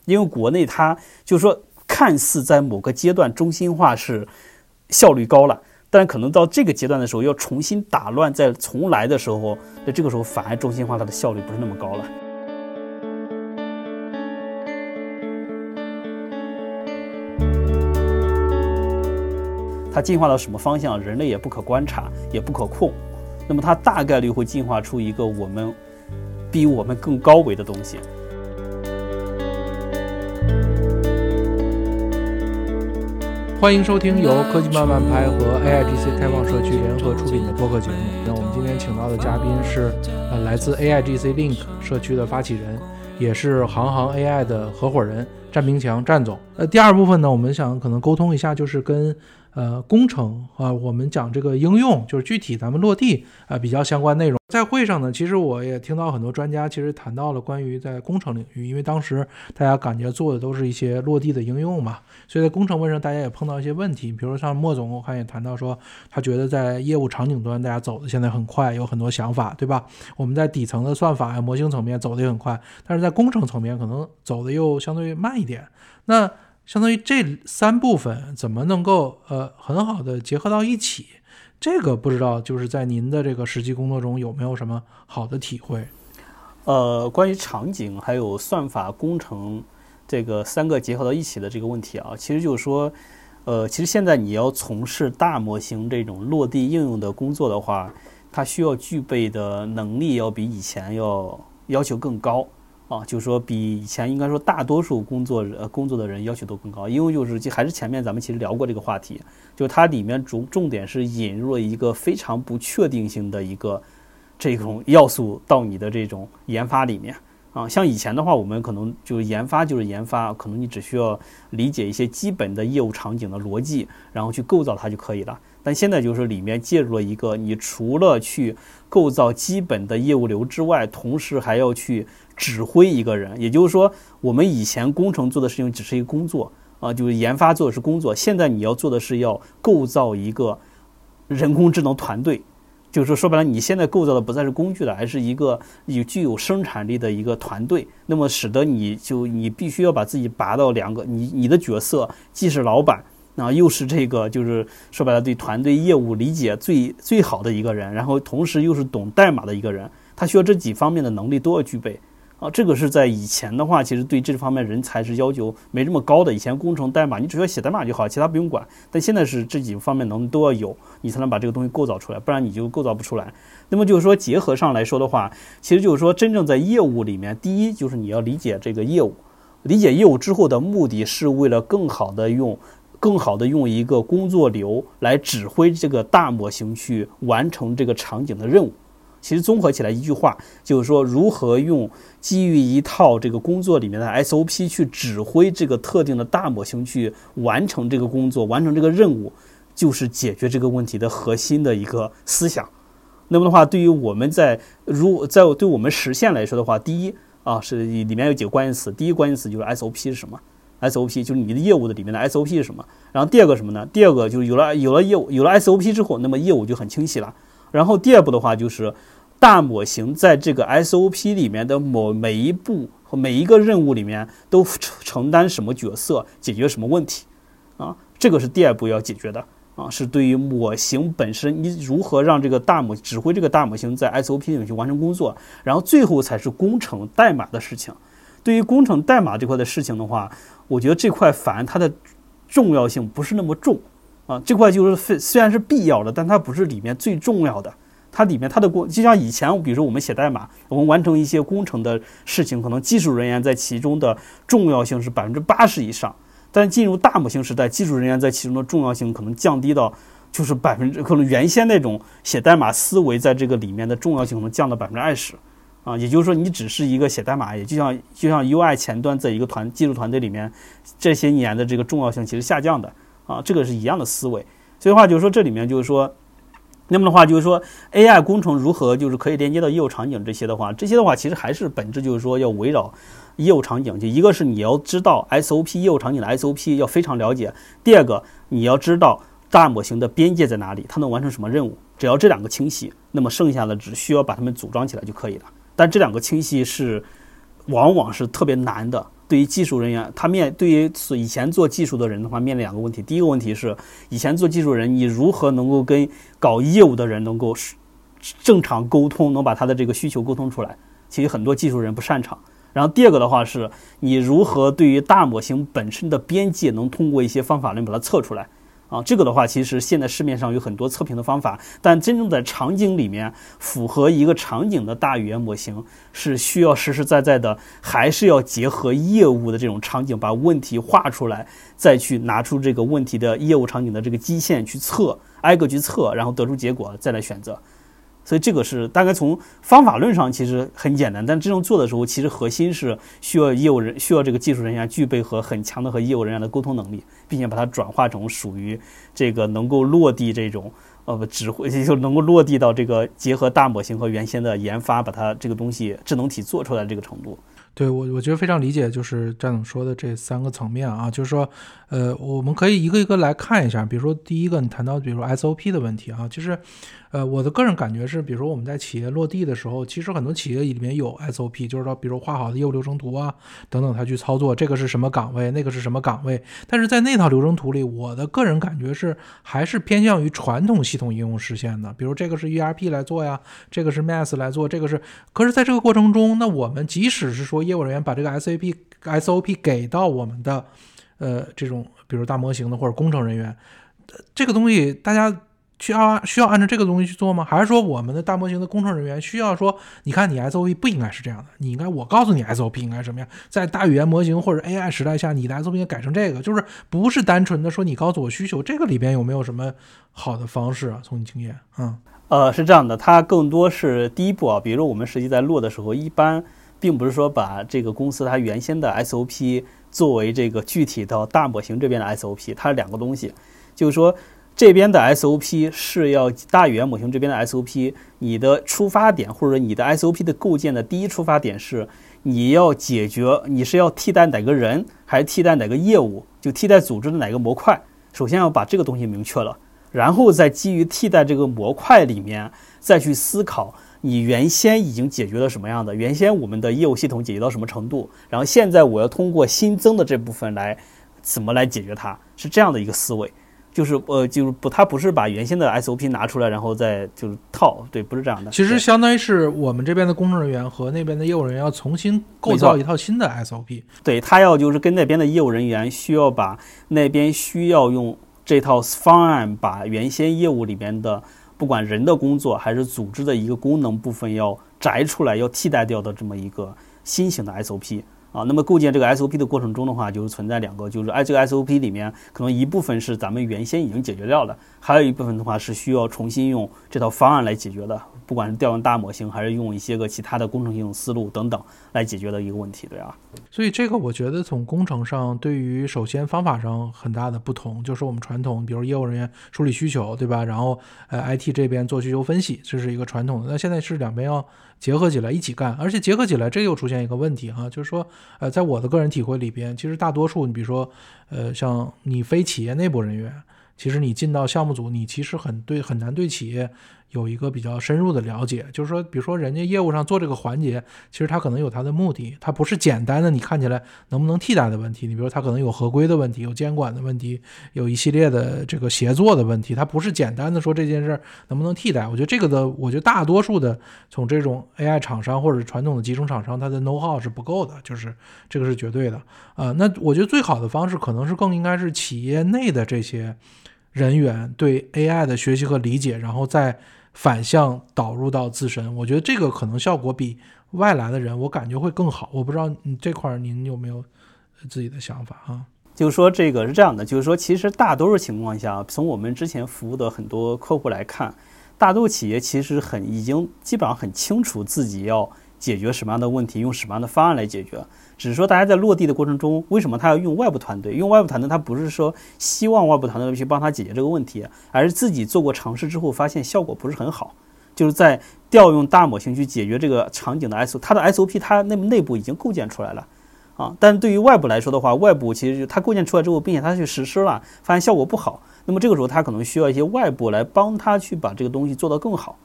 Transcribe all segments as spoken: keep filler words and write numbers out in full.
因为国内它就是说看似在某个阶段中心化是效率高了，但可能到这个阶段的时候要重新打乱再重来的时候，那这个时候反而中心化它的效率不是那么高了。它进化到什么方向，人类也不可观察，也不可控。那么它大概率会进化出一个我们比我们更高维的东西。 欢迎收听由科技慢慢拍和 A I G C 开放社区联合出品的播客节目。那我们今天请到的嘉宾是呃来自 A I G C Link 社区的发起人，也是行行 A I 的合伙人战明强战总。呃，第二部分呢，我们想可能沟通一下，就是跟呃工程啊、呃，我们讲这个应用，就是具体咱们落地啊、呃、比较相关内容。在会上呢，其实我也听到很多专家其实谈到了关于在工程领域，因为当时大家感觉做的都是一些落地的应用嘛，所以在工程问上大家也碰到一些问题，比如像莫总我看也谈到说，他觉得在业务场景端大家走的现在很快，有很多想法，对吧？我们在底层的算法呀、模型层面走的也很快，但是在工程层面可能走的又相对慢一点。那相当于这三部分怎么能够呃很好的结合到一起？这个不知道就是在您的这个实际工作中有没有什么好的体会？ 呃，关于场景还有算法工程这个三个结合到一起的这个问题啊，其实就是说，呃，其实现在你要从事大模型这种落地应用的工作的话，它需要具备的能力要比以前要要求更高。啊，就是说比以前应该说大多数工作呃工作的人要求都更高，因为就是还是前面咱们其实聊过这个话题，就它里面重重点是引入了一个非常不确定性的一个这种要素到你的这种研发里面啊。像以前的话，我们可能就是研发就是研发，可能你只需要理解一些基本的业务场景的逻辑，然后去构造它就可以了。但现在就是里面介入了一个，你除了去构造基本的业务流之外，同时还要去指挥一个人。也就是说，我们以前工程做的事情只是一个工作啊，就是研发做的是工作，现在你要做的是要构造一个人工智能团队。就是说，说白了，你现在构造的不再是工具了，而是一个有具有生产力的一个团队。那么使得你就你必须要把自己拔到两个，你你的角色既是老板。啊，又是这个，就是说白了，对团队业务理解最最好的一个人，然后同时又是懂代码的一个人，他需要这几方面的能力都要具备啊。这个是在以前的话，其实对这方面人才是要求没这么高的。以前工程代码，你只要写代码就好，其他不用管。但现在是这几方面能力都要有，你才能把这个东西构造出来，不然你就构造不出来。那么就是说，结合上来说的话，其实就是说，真正在业务里面，第一就是你要理解这个业务，理解业务之后的目的是为了更好的用。更好的用一个工作流来指挥这个大模型去完成这个场景的任务。其实综合起来一句话，就是说如何用基于一套这个工作里面的 S O P 去指挥这个特定的大模型去完成这个工作，完成这个任务，就是解决这个问题的核心的一个思想。那么的话，对于我们在如在对我们实现来说的话，第一啊是里面有几个关键词，第一个关键词就是 S O P 是什么？S O P 就是你的业务的里面的 S O P 是什么？然后第二个什么呢？第二个就是有了有了业务有了 S O P 之后，那么业务就很清晰了。然后第二步的话就是大模型在这个 S O P 里面的某每一步和每一个任务里面都承担什么角色，解决什么问题啊？这个是第二步要解决的啊，是对于模型本身，你如何让这个大模指挥这个大模型在 S O P 里面去完成工作，然后最后才是工程代码的事情。对于工程代码这块的事情的话，我觉得这块反而它的重要性不是那么重啊，这块就是虽然是必要的，但它不是里面最重要的。它里面它的工，就像以前比如说我们写代码，我们完成一些工程的事情，可能技术人员在其中的重要性是百分之八十以上，但进入大模型时代，技术人员在其中的重要性可能降低到就是百分之，可能原先那种写代码思维在这个里面的重要性可能降到百分之二十。啊，也就是说，你只是一个写代码，也就像就像 U I 前端在一个团技术团队里面，这些年的这个重要性其实下降的啊，这个是一样的思维。所以的话就是说，这里面就是说，那么的话就是说 ，A I 工程如何就是可以连接到业务场景这些的话，这些的话其实还是本质就是说要围绕业务场景，就一个是你要知道 S O P 业务场景的 S O P 要非常了解，第二个你要知道大模型的边界在哪里，它能完成什么任务，只要这两个清晰，那么剩下的只需要把它们组装起来就可以了。但这两个清晰是往往是特别难的对于技术人员，他面对于以前做技术的人的话，面临两个问题。第一个问题是，以前做技术人，你如何能够跟搞业务的人能够正常沟通，能把他的这个需求沟通出来？其实很多技术人不擅长。然后第二个的话是，你如何对于大模型本身的边界，能通过一些方法论把它测出来？啊，这个的话，其实现在市面上有很多测评的方法，但真正在场景里面符合一个场景的大语言模型，是需要实实在在的，还是要结合业务的这种场景，把问题画出来，再去拿出这个问题的业务场景的这个基线去测，挨个去测，然后得出结果，再来选择。所以这个是大概从方法论上其实很简单，但真正做的时候，其实核心是需要业务人需要这个技术人员具备和很强的和业务人员的沟通能力，并且把它转化成属于这个能够落地这种呃指挥，就能够落地到这个结合大模型和原先的研发，把它这个东西智能体做出来的这个程度。 对，我我觉得非常理解，就是战总说的这三个层面啊，就是说，呃，我们可以一个一个来看一下。比如说第一个，你谈到比如说 S O P 的问题啊，其实，呃，我的个人感觉是，比如说我们在企业落地的时候，其实很多企业里面有 S O P， 就是说，比如画好的业务流程图啊等等，它去操作这个是什么岗位，那个是什么岗位。但是在那套流程图里，我的个人感觉是还是偏向于传统系统应用实现的，比如这个是 E R P 来做呀，这个是 M A S 来做，这个是。可是在这个过程中，那我们即使是说业务人员把这个 S A P S O P 给到我们的呃这种比如大模型的或者工程人员，这个东西大家需要需要按照这个东西去做吗？还是说我们的大模型的工程人员需要说，你看你 S O P 不应该是这样的，你应该我告诉你 S O P 应该什么样，在大语言模型或者 A I 时代下，你的 S O P 应该改成这个，就是不是单纯的说你告诉我需求，这个里边有没有什么好的方式啊？从你经验，嗯， 呃，是这样的，它更多是第一步啊，比如说我们实际在落的时候，一般并不是说把这个公司它原先的 S O P 作为这个具体到大模型这边的 S O P， 它是两个东西，就是说这边的 S O P 是要大语言模型这边的 S O P， 你的出发点或者你的 S O P 的构建的第一出发点是你要解决，你是要替代哪个人，还是替代哪个业务，就替代组织的哪个模块，首先要把这个东西明确了，然后再基于替代这个模块里面再去思考你原先已经解决了什么样的，原先我们的业务系统解决到什么程度，然后现在我要通过新增的这部分来怎么来解决它，是这样的一个思维。就是呃，就是不，它不是把原先的 S O P 拿出来，然后再就是套，对，不是这样的。 其实相当于是我们这边的工程人员和那边的业务人员要重新构造一套新的 S O P。 对，他要就是跟那边的业务人员需要把那边需要用这套方案，把原先业务里面的不管人的工作还是组织的一个功能部分要摘出来，要替代掉的这么一个新型的 S O P。啊，那么构建这个 S O P 的过程中的话，就是存在两个，就是哎，这个 S O P 里面可能一部分是咱们原先已经解决掉的，还有一部分的话是需要重新用这套方案来解决的，不管是调用大模型，还是用一些个其他的工程性思路等等来解决的一个问题，对啊。 所以这个我觉得从工程上，对于首先方法上很大的不同，就是我们传统，比如业务人员梳理需求，对吧？然后呃 I T 这边做需求分析，这是一个传统的。那现在是两边要结合起来一起干，而且结合起来，这又出现一个问题哈，就是说，呃，在我的个人体会里边，其实大多数，你比如说，呃，像你非企业内部人员，其实你进到项目组，你其实很对很难对企业有一个比较深入的了解，就是说，比如说人家业务上做这个环节，其实他可能有他的目的，他不是简单的你看起来能不能替代的问题，你比如说他可能有合规的问题，有监管的问题，有一系列的这个协作的问题，他不是简单的说这件事能不能替代。我觉得这个的，我觉得大多数的从这种 A I 厂商或者传统的集成厂商，它的 know how 是不够的，就是这个是绝对的啊、呃。那我觉得最好的方式可能是更应该是企业内的这些人员对 A I 的学习和理解，然后再反向导入到自身，我觉得这个可能效果比外来的人我感觉会更好。我不知道你这块您有没有自己的想法啊？ 就是说这个是这样的，就是说其实大多数情况下，从我们之前服务的很多客户来看，大多数企业其实很已经基本上很清楚自己要解决什么样的问题，用什么样的方案来解决。只是说大家在落地的过程中，为什么他要用外部团队？用外部团队，他不是说希望外部团队去帮他解决这个问题，而是自己做过尝试之后发现效果不是很好，就是在调用大模型去解决这个场景的 S O P， 它的 S O P 它内内部已经构建出来了啊。但对于外部来说的话，外部其实它构建出来之后，并且它去实施了，发现效果不好，那么这个时候他可能需要一些外部来帮他去把这个东西做得更好。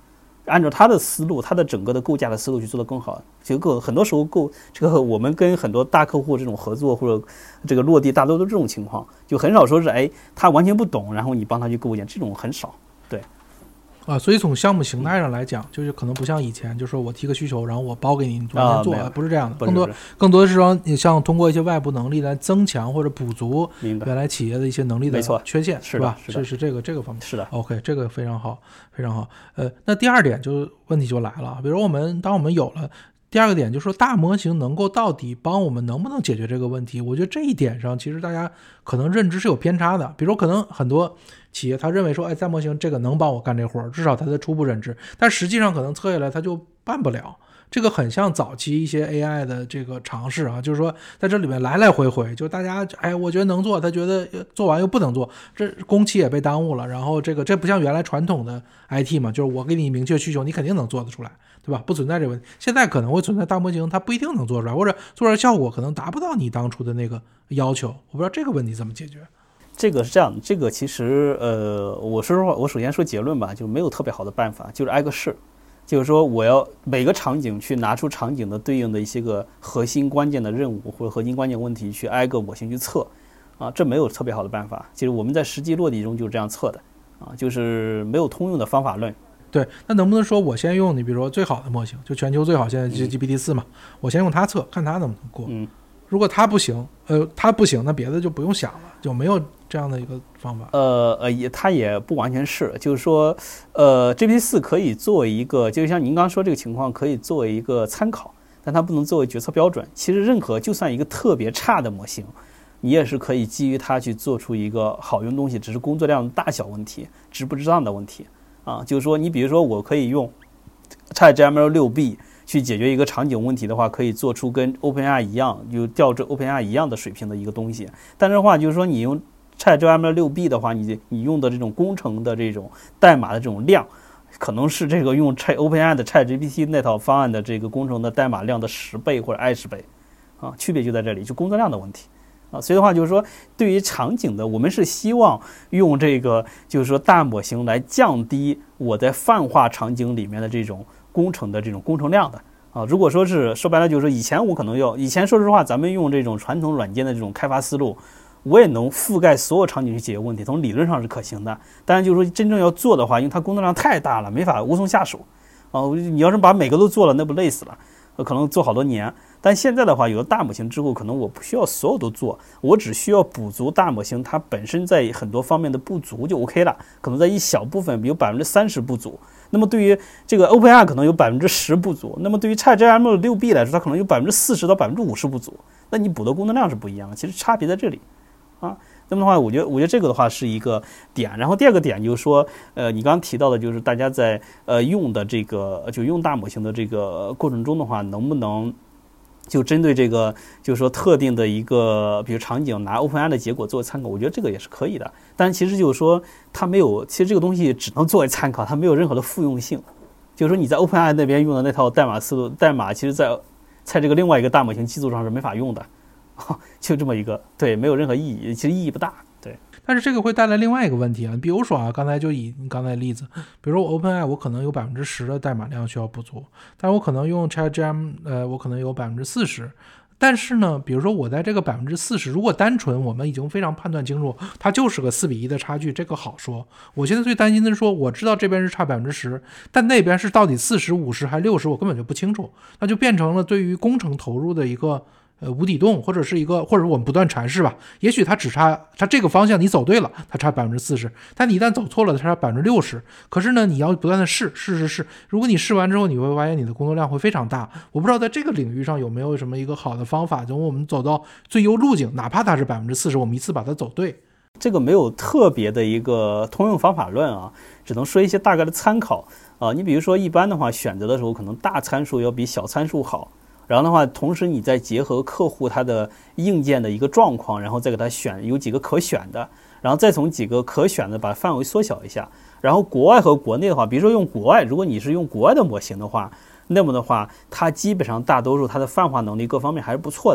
按照它的思路，它的整个的构架的思路去做得更好。结果很多时候构这个我们跟很多大客户这种合作或者这个落地，大多都是这种情况，就很少说是哎他完全不懂，然后你帮他去构建，这种很少。对。 啊，所以从项目形态上来讲，就是可能不像以前，就是说我提个需求，然后我包给你，你完全做， 啊、 不是这样的。 不更多更多的是说，你像通过一些外部能力来增强或者补足原来企业的一些能力的缺陷， 是吧？ 是是是这个这个方面。 是的 ，OK， 这个非常好，非常好。呃，那第二点就问题就来了，比如我们当我们有了。第二个点就是说，大模型能够到底帮我们能不能解决这个问题？我觉得这一点上，其实大家可能认知是有偏差的。比如可能很多企业他认为说，哎，大模型这个能帮我干这活儿，至少他的初步认知，但实际上可能测下来他就办不了。这个很像早期一些 A I 的这个尝试啊，就是说在这里面来来回回，就大家哎，我觉得能做，他觉得做完又不能做，这工期也被耽误了。然后这个这不像原来传统的 I T 嘛，就是我给你明确需求，你肯定能做得出来，对吧？不存在这个问题。现在可能会存在大模型它不一定能做出来，或者做出来效果可能达不到你当初的那个要求。我不知道这个问题怎么解决。 这个是这样的，这个其实呃，我说实话，我首先说结论吧，就没有特别好的办法，就是挨个试。就是说我要每个场景去拿出场景的对应的一些个核心关键的任务或者核心关键问题去挨个模型去测啊，这没有特别好的办法。其实我们在实际落地中就是这样测的啊，就是没有通用的方法论。 对，那能不能说我先用你比如说最好的模型，就全球最好现在是 G P T 四嘛、嗯、我先用它测，看它能不能过。 嗯， 如果它不行，呃，它不行，那别的就不用想了，就没有这样的一个方法。 呃呃，也它也不完全是，就是说，呃 ，G P T 四可以作为一个，就像您刚刚说这个情况，可以作为一个参考，但它不能作为决策标准。其实任何就算一个特别差的模型，你也是可以基于它去做出一个好用东西，只是工作量大小问题，值不值当的问题啊。就是说，你比如说，我可以用 ChatGPT 六 B 去解决一个场景问题的话，可以做出跟 OpenAI 一样，就调着 OpenAI 一样的水平的一个东西。但是的话，就是说你用ChatGPT 六 B 的话，你你用的这种工程的这种代码的这种量，可能是这个用 OpenAI 的 ChatGPT 那套方案的这个工程的代码量的十倍或者二十倍，啊，区别就在这里，就工作量的问题，啊，所以的话就是说，对于场景的，我们是希望用这个就是说大模型来降低我在泛化场景里面的这种工程的这种工程量的。啊，如果说是说白了，就是说以前我可能要以前说实话，咱们用这种传统软件的这种开发思路。我也能覆盖所有场景去解决问题，从理论上是可行的。当然，就是说真正要做的话，因为它工作量太大了，没法无从下手。啊，你要是把每个都做了，那不累死了，可能做好多年。但现在的话，有了大模型之后，可能我不需要所有都做，我只需要补足大模型它本身在很多方面的不足就 OK 了。可能在一小部分，比如百分之三十不足。那么对于这个 OpenAI 可能有百分之十不足，那么对于 ChatGPT 六 B 来说，它可能有百分之四十到百分之五十不足。那你补的工作量是不一样的，其实差别在这里。啊，那么的话，我觉得，我觉得这个的话是一个点。然后第二个点就是说，呃，你刚刚提到的，就是大家在呃用的这个，就用大模型的这个过程中的话，能不能就针对这个，就是说特定的一个，比如场景，拿 OpenAI 的结果作为参考，我觉得这个也是可以的。但其实就是说，它没有，其实这个东西只能作为参考，它没有任何的复用性。就是说你在 OpenAI 那边用的那套代码思路，代码其实在在这个另外一个大模型基础上是没法用的。就这么一个，对，没有任何意义，其实意义不大，对。 但是这个会带来另外一个问题啊，比如说啊，刚才就以你刚才的例子，比如说我 OpenAI 我可能有百分之十的代码量需要补足，但我可能用 ChatGPT 呃，我可能有百分之四十。但是呢，比如说我在这个百分之四十，如果单纯我们已经非常判断清楚，它就是个四比一的差距，这个好说。我现在最担心的是说，我知道这边是差百分之十，但那边是到底四十、五十还六十，我根本就不清楚，那就变成了对于工程投入的一个。呃，无底洞，或者是一个，或者我们不断阐释吧。也许它只差，它这个方向你走对了，它差百分之四十，但你一旦走错了，它差百分之六十。可是呢，你要不断的试，试试试。如果你试完之后，你会发现你的工作量会非常大。我不知道在这个领域上有没有什么一个好的方法，从我们走到最优路径，哪怕它是百分之四十，我们一次把它走对。 这个没有特别的一个通用方法论啊，只能说一些大概的参考啊。你比如说，一般的话，选择的时候可能大参数要比小参数好。然后的话，同时你再结合客户他的硬件的一个状况，然后再给他选有几个可选的，然后再从几个可选的把范围缩小一下。然后国外和国内的话，比如说用国外，如果你是用国外的模型的话，那么的话，它基本上大多数它的泛化能力各方面还是不错的。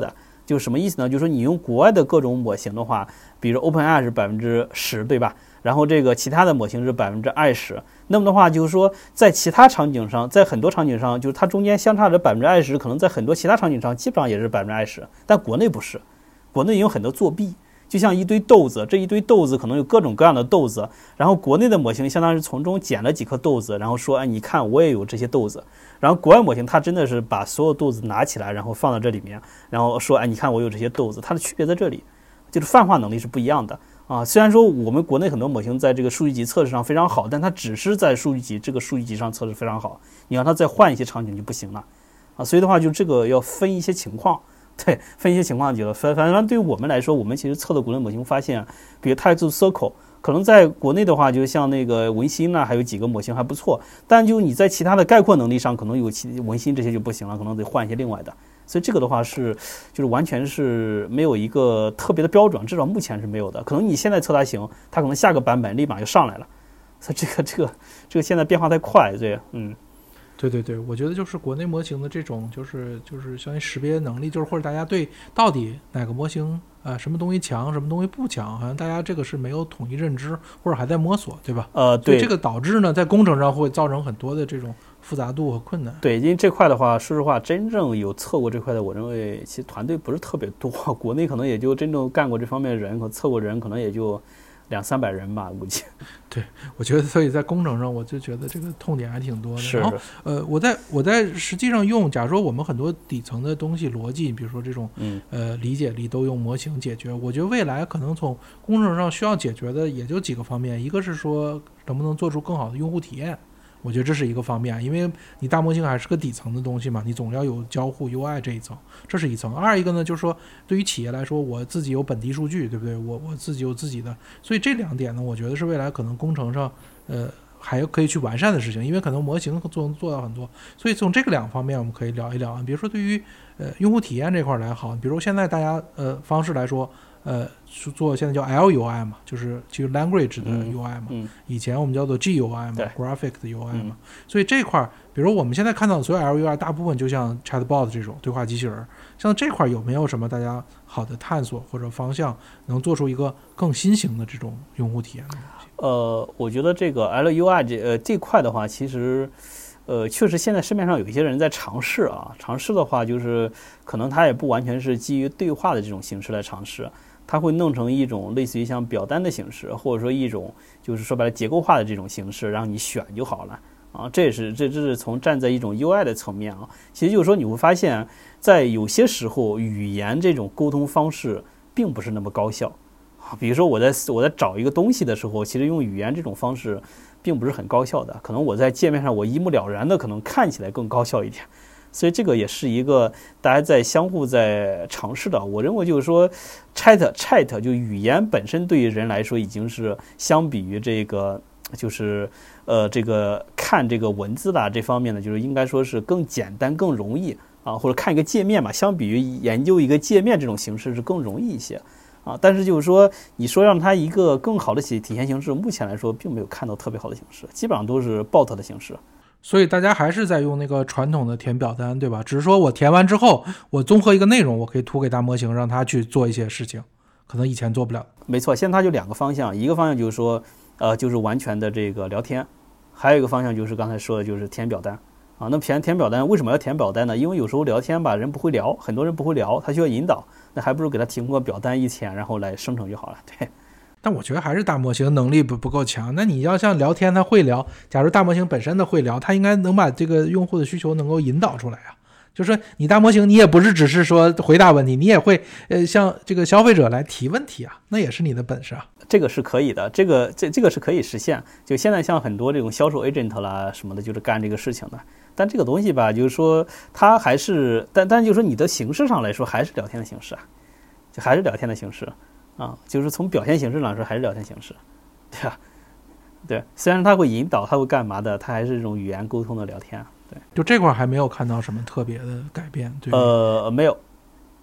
就是什么意思呢？就是说你用国外的各种模型的话，比如 OpenAI 是百分之十，对吧？然后这个其他的模型是百分之二十。那么的话，就是说在其他场景上，在很多场景上，就是它中间相差着百分之二十，可能在很多其他场景上基本上也是百分之二十，但国内不是，国内有很多作弊。就像一堆豆子，这一堆豆子可能有各种各样的豆子，然后国内的模型相当于从中捡了几颗豆子，然后说，哎，你看我也有这些豆子。然后国外模型它真的是把所有豆子拿起来，然后放到这里面，然后说，哎，你看我有这些豆子。它的区别在这里，就是泛化能力是不一样的啊。虽然说我们国内很多模型在这个数据集测试上非常好，但它只是在数据集这个数据集上测试非常好，你让它再换一些场景就不行了啊。所以的话，就这个要分一些情况。对，分一些情况就了。反反正对于我们来说，我们其实测的国内模型发现，比如 Taizu Circle， 可能在国内的话，就像那个文心呢，还有几个模型还不错，但就你在其他的概括能力上，可能有其文心这些就不行了，可能得换一些另外的。所以这个的话是，就是完全是没有一个特别的标准，至少目前是没有的。可能你现在测它行，它可能下个版本立马就上来了。所以这个这个这个现在变化太快，对，嗯。 对对对，我觉得就是国内模型的这种就是就是相当于识别能力，就是或者大家对到底哪个模型呃什么东西强，什么东西不强，好像大家这个是没有统一认知，或者还在摸索，对吧？ 呃，对， 这个导致呢，在工程上会造成很多的这种复杂度和困难。 对，因为这块的话，说实话，真正有测过这块的，我认为其实团队不是特别多，国内可能也就真正干过这方面的人和测过人，可能也就两三百人吧，估计。 对，我觉得所以在工程上，我就觉得这个痛点还挺多的。 是。 然后，呃，我在我在实际上用，假如说我们很多底层的东西逻辑，比如说这种， 嗯， 呃，理解力都用模型解决。我觉得未来可能从工程上需要解决的也就几个方面，一个是说能不能做出更好的用户体验。我觉得这是一个方面，因为你大模型还是个底层的东西嘛，你总要有交互 U I 这一层，这是一层。二一个呢，就是说对于企业来说，我自己有本地数据，对不对？我我自己有自己的，所以这两点呢，我觉得是未来可能工程上，呃，还可以去完善的事情，因为可能模型做能做到很多。所以从这个两方面，我们可以聊一聊啊，比如说对于呃用户体验这块来好，比如现在大家呃方式来说。呃，做现在叫 L U I 嘛，就是其实 language 的 U I 嘛， 嗯嗯、 以前我们叫做 G U I 嘛 ，graphic 的 U I 嘛， 嗯、 所以这块，比如我们现在看到的所有 L U I， 大部分就像 Chatbot 这种对话机器人，像这块有没有什么大家好的探索或者方向，能做出一个更新型的这种用户体验的东西？ 呃，我觉得这个 L U I 这呃这块的话，其实。呃，确实，现在市面上有一些人在尝试啊，尝试的话，就是可能他也不完全是基于对话的这种形式来尝试，他会弄成一种类似于像表单的形式，或者说一种就是说白了结构化的这种形式，让你选就好了啊。这也是这这是从站在一种 U I 的层面啊，其实就是说你会发现，在有些时候语言这种沟通方式并不是那么高效啊。比如说我在我在找一个东西的时候，其实用语言这种方式。并不是很高效的，可能我在界面上我一目了然的，可能看起来更高效一点，所以这个也是一个大家在相互在尝试的。我认为就是说 ，chat chat 就语言本身对于人来说已经是相比于这个就是呃这个看这个文字啦这方面呢，就是应该说是更简单、更容易啊，或者看一个界面嘛，相比于研究一个界面这种形式是更容易一些。啊，但是就是说，你说让它一个更好的体体现形式，目前来说并没有看到特别好的形式，基本上都是 bot 的形式。 所以大家还是在用那个传统的填表单，对吧？只是说我填完之后，我综合一个内容，我可以吐给大模型，让它去做一些事情，可能以前做不了。 没错，现在它就两个方向，一个方向就是说，呃，就是完全的这个聊天，还有一个方向就是刚才说的，就是填表单。啊，那填填表单为什么要填表单呢？因为有时候聊天吧，人不会聊，很多人不会聊，他需要引导，那还不如给他提供个表单一填，然后来生成就好了。对。 但我觉得还是大模型能力不不够强。那你要像聊天，他会聊，假如大模型本身的会聊，他应该能把这个用户的需求能够引导出来啊。就是说你大模型，你也不是只是说回答问题，你也会呃向这个消费者来提问题啊，那也是你的本事啊。 这个是可以的，这个这这个是可以实现。就现在像很多这种销售 agent 啦什么的，就是干这个事情的。但这个东西吧，就是说它还是，但但就是说你的形式上来说还是聊天的形式啊，就还是聊天的形式啊，就是从表现形式来说还是聊天形式，对吧？对，虽然它会引导，它会干嘛的，它还是这种语言沟通的聊天。对， 就这块还没有看到什么特别的改变。对， 呃，没有。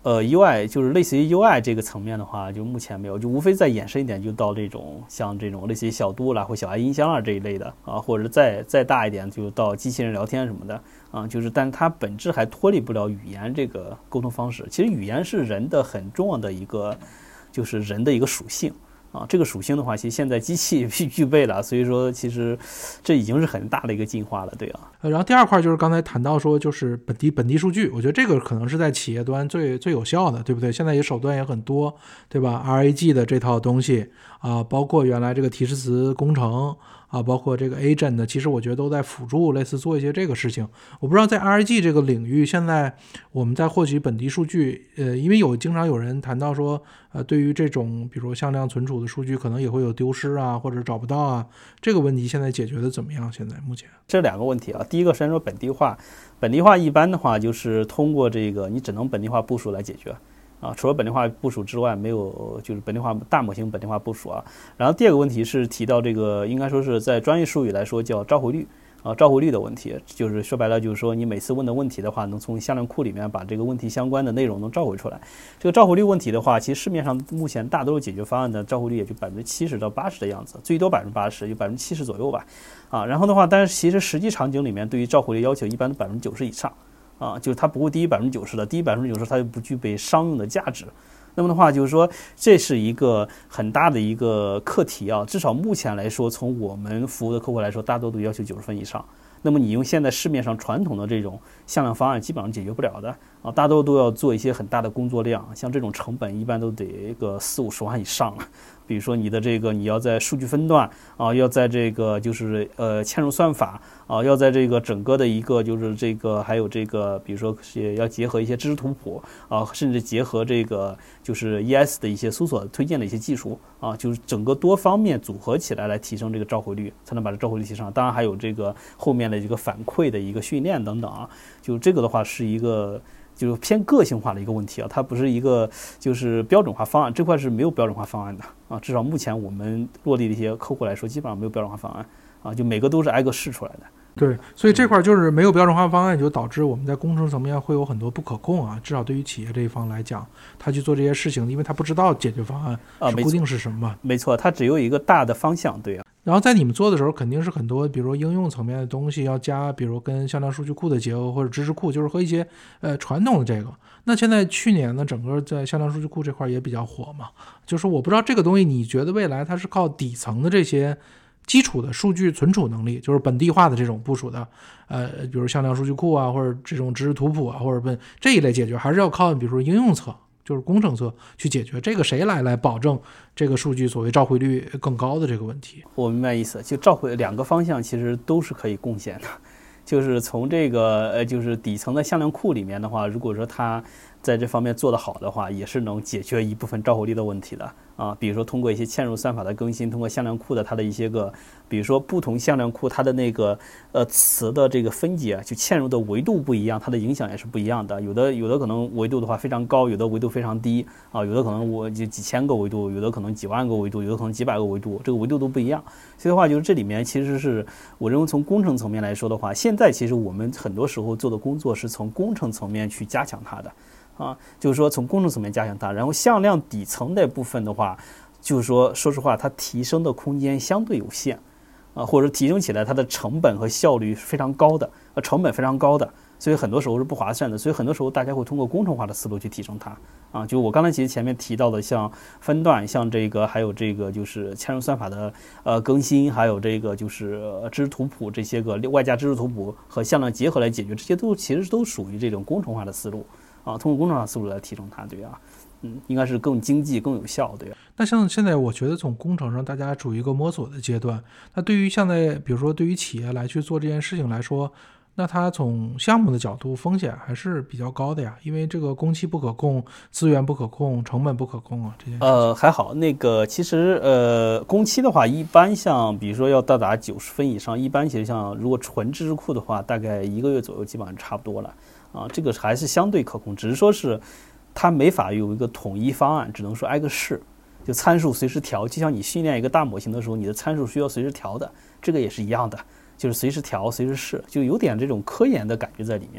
呃 U I 就是类似于 U I 这个层面的话，就目前没有，就无非再延伸一点，就到这种像这种类似于小度啦或小爱音箱啊这一类的啊，或者再再大一点就到机器人聊天什么的啊，就是但是它本质还脱离不了语言这个沟通方式。其实语言是人的很重要的一个，就是人的一个属性。啊，这个属性的话，其实现在机器也具备了，所以说其实这已经是很大的一个进化了，对啊。 呃，然后第二块就是刚才谈到说，就是本地本地数据，我觉得这个可能是在企业端最最有效的，对不对？现在也手段也很多，对吧 ？R A G 的这套东西啊、呃，包括原来这个提示词工程啊，包括这个 agent 其实我觉得都在辅助类似做一些这个事情。我不知道在 R A G 这个领域，现在我们在获取本地数据，呃，因为有经常有人谈到说，呃，对于这种比如向量存储的数据，可能也会有丢失啊，或者找不到啊，这个问题现在解决的怎么样？现在目前这两个问题啊，第一个先说本地化，本地化一般的话就是通过这个你只能本地化部署来解决。啊，除了本地化部署之外，没有就是本地化大模型本地化部署啊。然后第二个问题是提到这个，应该说是在专业术语来说叫召回率啊，召回率的问题，就是说白了就是说你每次问的问题的话，能从向量库里面把这个问题相关的内容能召回出来。这个召回率问题的话，其实市面上目前大多数解决方案的召回率也就百分之七十到八十的样子，最多百分之八十，就百分之七十左右吧。啊，然后的话，但是其实实际场景里面对于召回率要求一般都百分之九十以上。啊，就是它不会低于百分之九十的，低于百分之九十它就不具备商用的价值。那么的话，就是说这是一个很大的一个课题啊。至少目前来说，从我们服务的客户来说，大多都要求九十分以上。那么你用现在市面上传统的这种向量方案，基本上解决不了的啊，大多都要做一些很大的工作量，像这种成本一般都得一个四五十万以上了。比如说你的这个你要在数据分段啊，要在这个就是呃嵌入算法啊，要在这个整个的一个就是这个还有这个比如说也要结合一些知识图谱啊，甚至结合这个就是 E S 的一些搜索推荐的一些技术啊，就是整个多方面组合起来来提升这个召回率，才能把这召回率提升。当然还有这个后面的这个反馈的一个训练等等啊，就这个的话是一个。就是偏个性化的一个问题啊，它不是一个就是标准化方案，这块是没有标准化方案的啊。至少目前我们落地的一些客户来说，基本上没有标准化方案啊，就每个都是挨个试出来的。 对，所以这块就是没有标准化方案，就导致我们在工程层面会有很多不可控啊。至少对于企业这一方来讲，他去做这些事情，因为他不知道解决方案是固定是什么。 啊、没, 没错，它只有一个大的方向，对啊。 然后在你们做的时候，肯定是很多，比如应用层面的东西要加，比如跟向量数据库的结合或者知识库，就是和一些呃传统的这个。那现在去年呢，整个在向量数据库这块也比较火嘛，就是我不知道这个东西，你觉得未来它是靠底层的这些基础的数据存储能力，就是本地化的这种部署的，呃，比如向量数据库啊，或者这种知识图谱啊，或者问这一类解决，还是要靠比如说应用侧，就是工程侧去解决？这个谁来来保证这个数据所谓召回率更高的这个问题？ 我明白意思，就召回两个方向其实都是可以贡献的。就是从这个呃，就是底层的向量库里面的话，如果说它在这方面做得好的话，也是能解决一部分召回率的问题的啊。比如说通过一些嵌入算法的更新，通过向量库的它的一些个，比如说不同向量库它的那个呃词的这个分解，就嵌入的维度不一样，它的影响也是不一样的。有的有的可能维度的话非常高，有的维度非常低啊，有的可能我就几千个维度，有的可能几万个维度，有的可能几百个维度，这个维度都不一样。所以的话，就是这里面其实是我认为从工程层面来说的话，现在其实我们很多时候做的工作是从工程层面去加强它的。啊，就是说从工程层面加强它，然后向量底层那部分的话，就是说说实话，它提升的空间相对有限，啊，或者提升起来它的成本和效率是非常高的，呃，成本非常高的，所以很多时候是不划算的。所以很多时候大家会通过工程化的思路去提升它，啊，就我刚才其实前面提到的，像分段，像这个还有这个就是嵌入算法的呃更新，还有这个就是知识图谱这些个外加知识图谱和向量结合来解决，这些都其实都属于这种工程化的思路。啊，通过工程化思路来提升它，对啊，嗯，应该是更经济、更有效，对啊。 那像现在，我觉得从工程上大家处于一个摸索的阶段。那对于现在，比如说对于企业来去做这件事情来说，那它从项目的角度风险还是比较高的呀，因为这个工期不可控、资源不可控、成本不可控啊，这件事。 呃，还好，那个其实呃，工期的话，一般像比如说要到达九十分以上，一般其实像如果纯知识库的话，大概一个月左右，基本上差不多了。啊，这个还是相对可控，只是说是它没法有一个统一方案，只能说挨个试，就参数随时调，就像你训练一个大模型的时候，你的参数需要随时调的，这个也是一样的，就是随时调随时试，就有点这种科研的感觉在里面。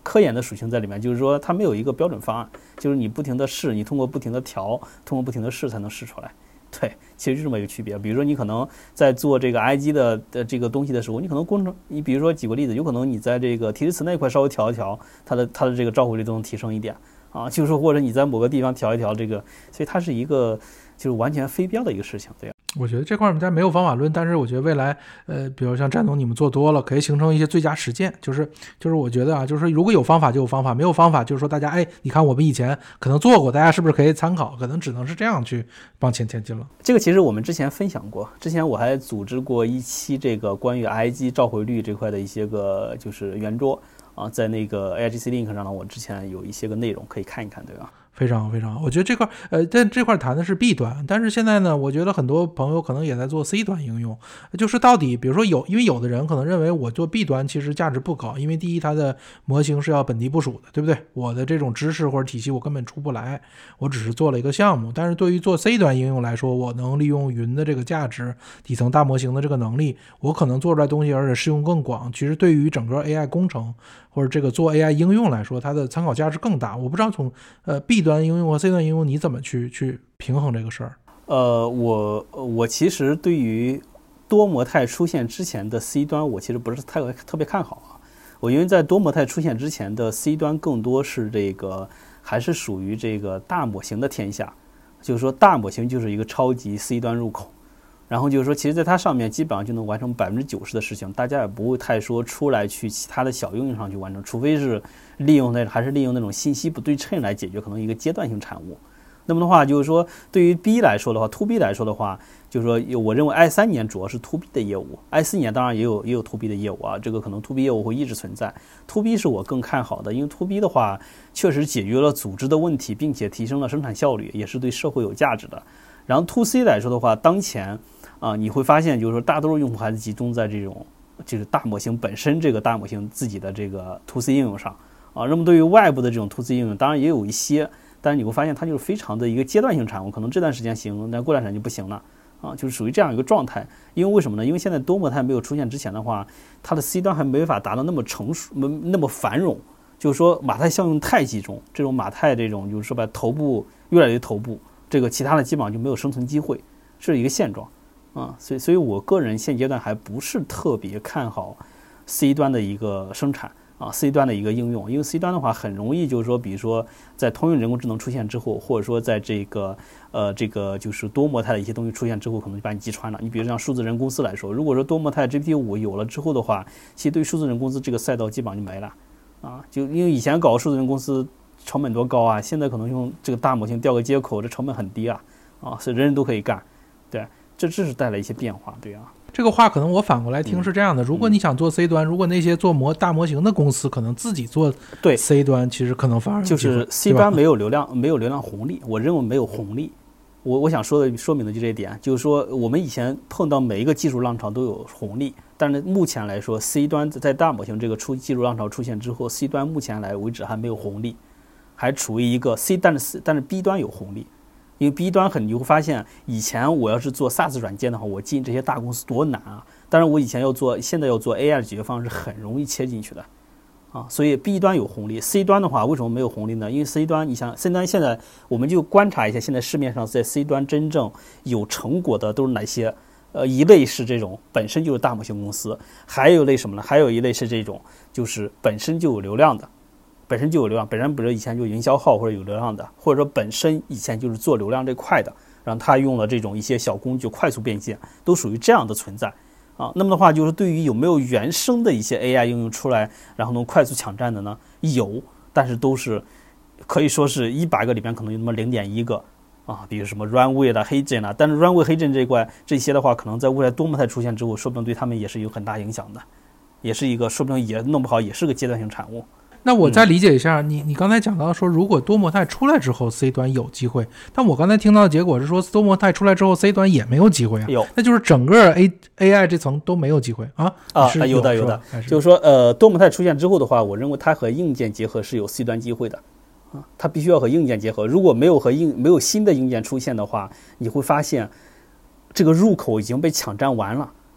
科研的属性在里面，就是说它没有一个标准方案，就是你不停的试，你通过不停的调，通过不停的试才能试出来。对，其实是这么一个区别。比如说你可能在做这个 I G 的的这个东西的时候，你可能工程，你比如说举个例子，有可能你在这个提示词那块稍微调一调，它的它的这个召回率都能提升一点啊，就是说或者你在某个地方调一调这个，所以它是一个就是完全非标的一个事情。对。 我觉得这块我们家没有方法论，但是我觉得未来，呃，比如像战总你们做多了，可以形成一些最佳实践。就是就是我觉得啊，就是如果有方法就有方法，没有方法就是说大家，哎，你看我们以前可能做过，大家是不是可以参考？可能只能是这样去往前前进了。 这个其实我们之前分享过，之前我还组织过一期这个关于 I G 召回率这块的一些个就是圆桌啊，在那个 A I G C Link 上呢，我之前有一些个内容可以看一看，对吧？ 非常非常好，我觉得这块呃，但这块谈的是 B 端，但是现在呢，我觉得很多朋友可能也在做 C 端应用，就是到底比如说有，因为有的人可能认为我做 B 端其实价值不高，因为第一它的模型是要本地部署的，对不对？我的这种知识或者体系我根本出不来，我只是做了一个项目。但是对于做 C 端应用来说，我能利用云的这个价值，底层大模型的这个能力，我可能做出来东西而且适用更广。其实对于整个 A I 工程或者这个做 A I 应用来说，它的参考价值更大。我不知道从呃 B 端应用和 C 端应用你怎么去去平衡这个事儿？ 呃，我我其实对于多模态出现之前的 C 端，我其实不是太特别看好啊。我因为在多模态出现之前的 C 端更多是这个还是属于这个大模型的天下，就是说大模型就是一个超级 C 端入口。然后就是说，其实在它上面基本上就能完成百分之九十的事情，大家也不会太说出来去其他的小应用上去完成，除非是利用那还是利用那种信息不对称来解决可能一个阶段性产物。那么的话，就是说对于 B 来说的话 ，to B 来说的话，就是说我认为 I 三年主要是 to B 的业务 ，I 四年当然也有也有 to B 的业务啊，这个可能 to B 业务会一直存在。to B 是我更看好的，因为 to B 的话确实解决了组织的问题，并且提升了生产效率，也是对社会有价值的。然后 to C 来说的话，当前啊，你会发现就是说大多数用户还是集中在这种就是大模型本身这个大模型自己的这个 to C 应用上啊。那么对于外部的这种 to C 应用，当然也有一些，但是你会发现它就是非常的一个阶段性产物，可能这段时间行，但过段时间就不行了啊，就是属于这样一个状态。因为为什么呢？因为现在多模态没有出现之前的话，它的 C 端还没法达到那么成熟、那么繁荣，就是说马太效应太集中，这种马太这种就是说把头部越来越头部，这个其他的基本上就没有生存机会，是一个现状。啊，所以，所以我个人现阶段还不是特别看好 C 端的一个生产啊 ，C 端的一个应用，因为 C 端的话很容易就是说，比如说在通用人工智能出现之后，或者说在这个呃这个就是多模态的一些东西出现之后，可能就把你击穿了。你比如像数字人公司来说，如果说多模态 G P T 五有了之后的话，其实对数字人公司这个赛道基本上就没了啊，就因为以前搞数字人公司成本多高啊，现在可能用这个大模型调个接口，这成本很低啊啊，所以人人都可以干，对。这这是带来一些变化，对啊。 这个话可能我反过来听是这样的：如果你想做 C 端，如果那些做模大模型的公司可能自己做 C 端，其实可能反而就是 C 端没有流量，没有流量红利。我认为没有红利。我我想说的说明的就这一点，就是说我们以前碰到每一个技术浪潮都有红利，但是目前来说 ，C 端在大模型这个出技术浪潮出现之后 ，C 端目前来为止还没有红利，还处于一个 C， 但是但是 B 端有红利。因为 B 端很，你会发现以前我要是做 SaaS 软件的话，我进这些大公司多难啊！当然我以前要做，现在要做 A I 的解决方案是很容易切进去的，啊，所以 B 端有红利 ，C 端的话为什么没有红利呢？因为 C 端，你想 C 端现在我们就观察一下，现在市面上在 C 端真正有成果的都是哪些？呃，一类是这种本身就是大模型公司，还有一类什么呢？还有一类是这种就是本身就有流量的。本身就有流量，本身比如以前就营销号或者有流量的，或者说本身以前就是做流量这块的，然后他用了这种一些小工具快速变现，都属于这样的存在啊。那么的话，就是对于有没有原生的一些 A I 应用出来，然后能快速抢占的呢？有，但是都是可以说是一百个里边可能有那么零点一个啊，比如什么 Runway 啦、黑阵啦，但是 Runway 黑阵这一块这些的话，可能在未来多模态出现之后，说不定对他们也是有很大影响的，也是一个说不定也弄不好也是个阶段性产物。 那我再理解一下，嗯、你你刚才讲到说，如果多模态出来之后 ，C 端有机会，但我刚才听到的结果是说，多模态出来之后 ，C 端也没有机会啊。 有， 那就是整个 A A I 这层都没有机会啊啊，有, 有的有的，就是说呃，多模态出现之后的话，我认为它和硬件结合是有 C 端机会的啊，它必须要和硬件结合。如果没有和硬没有新的硬件出现的话，你会发现这个入口已经被抢占完了。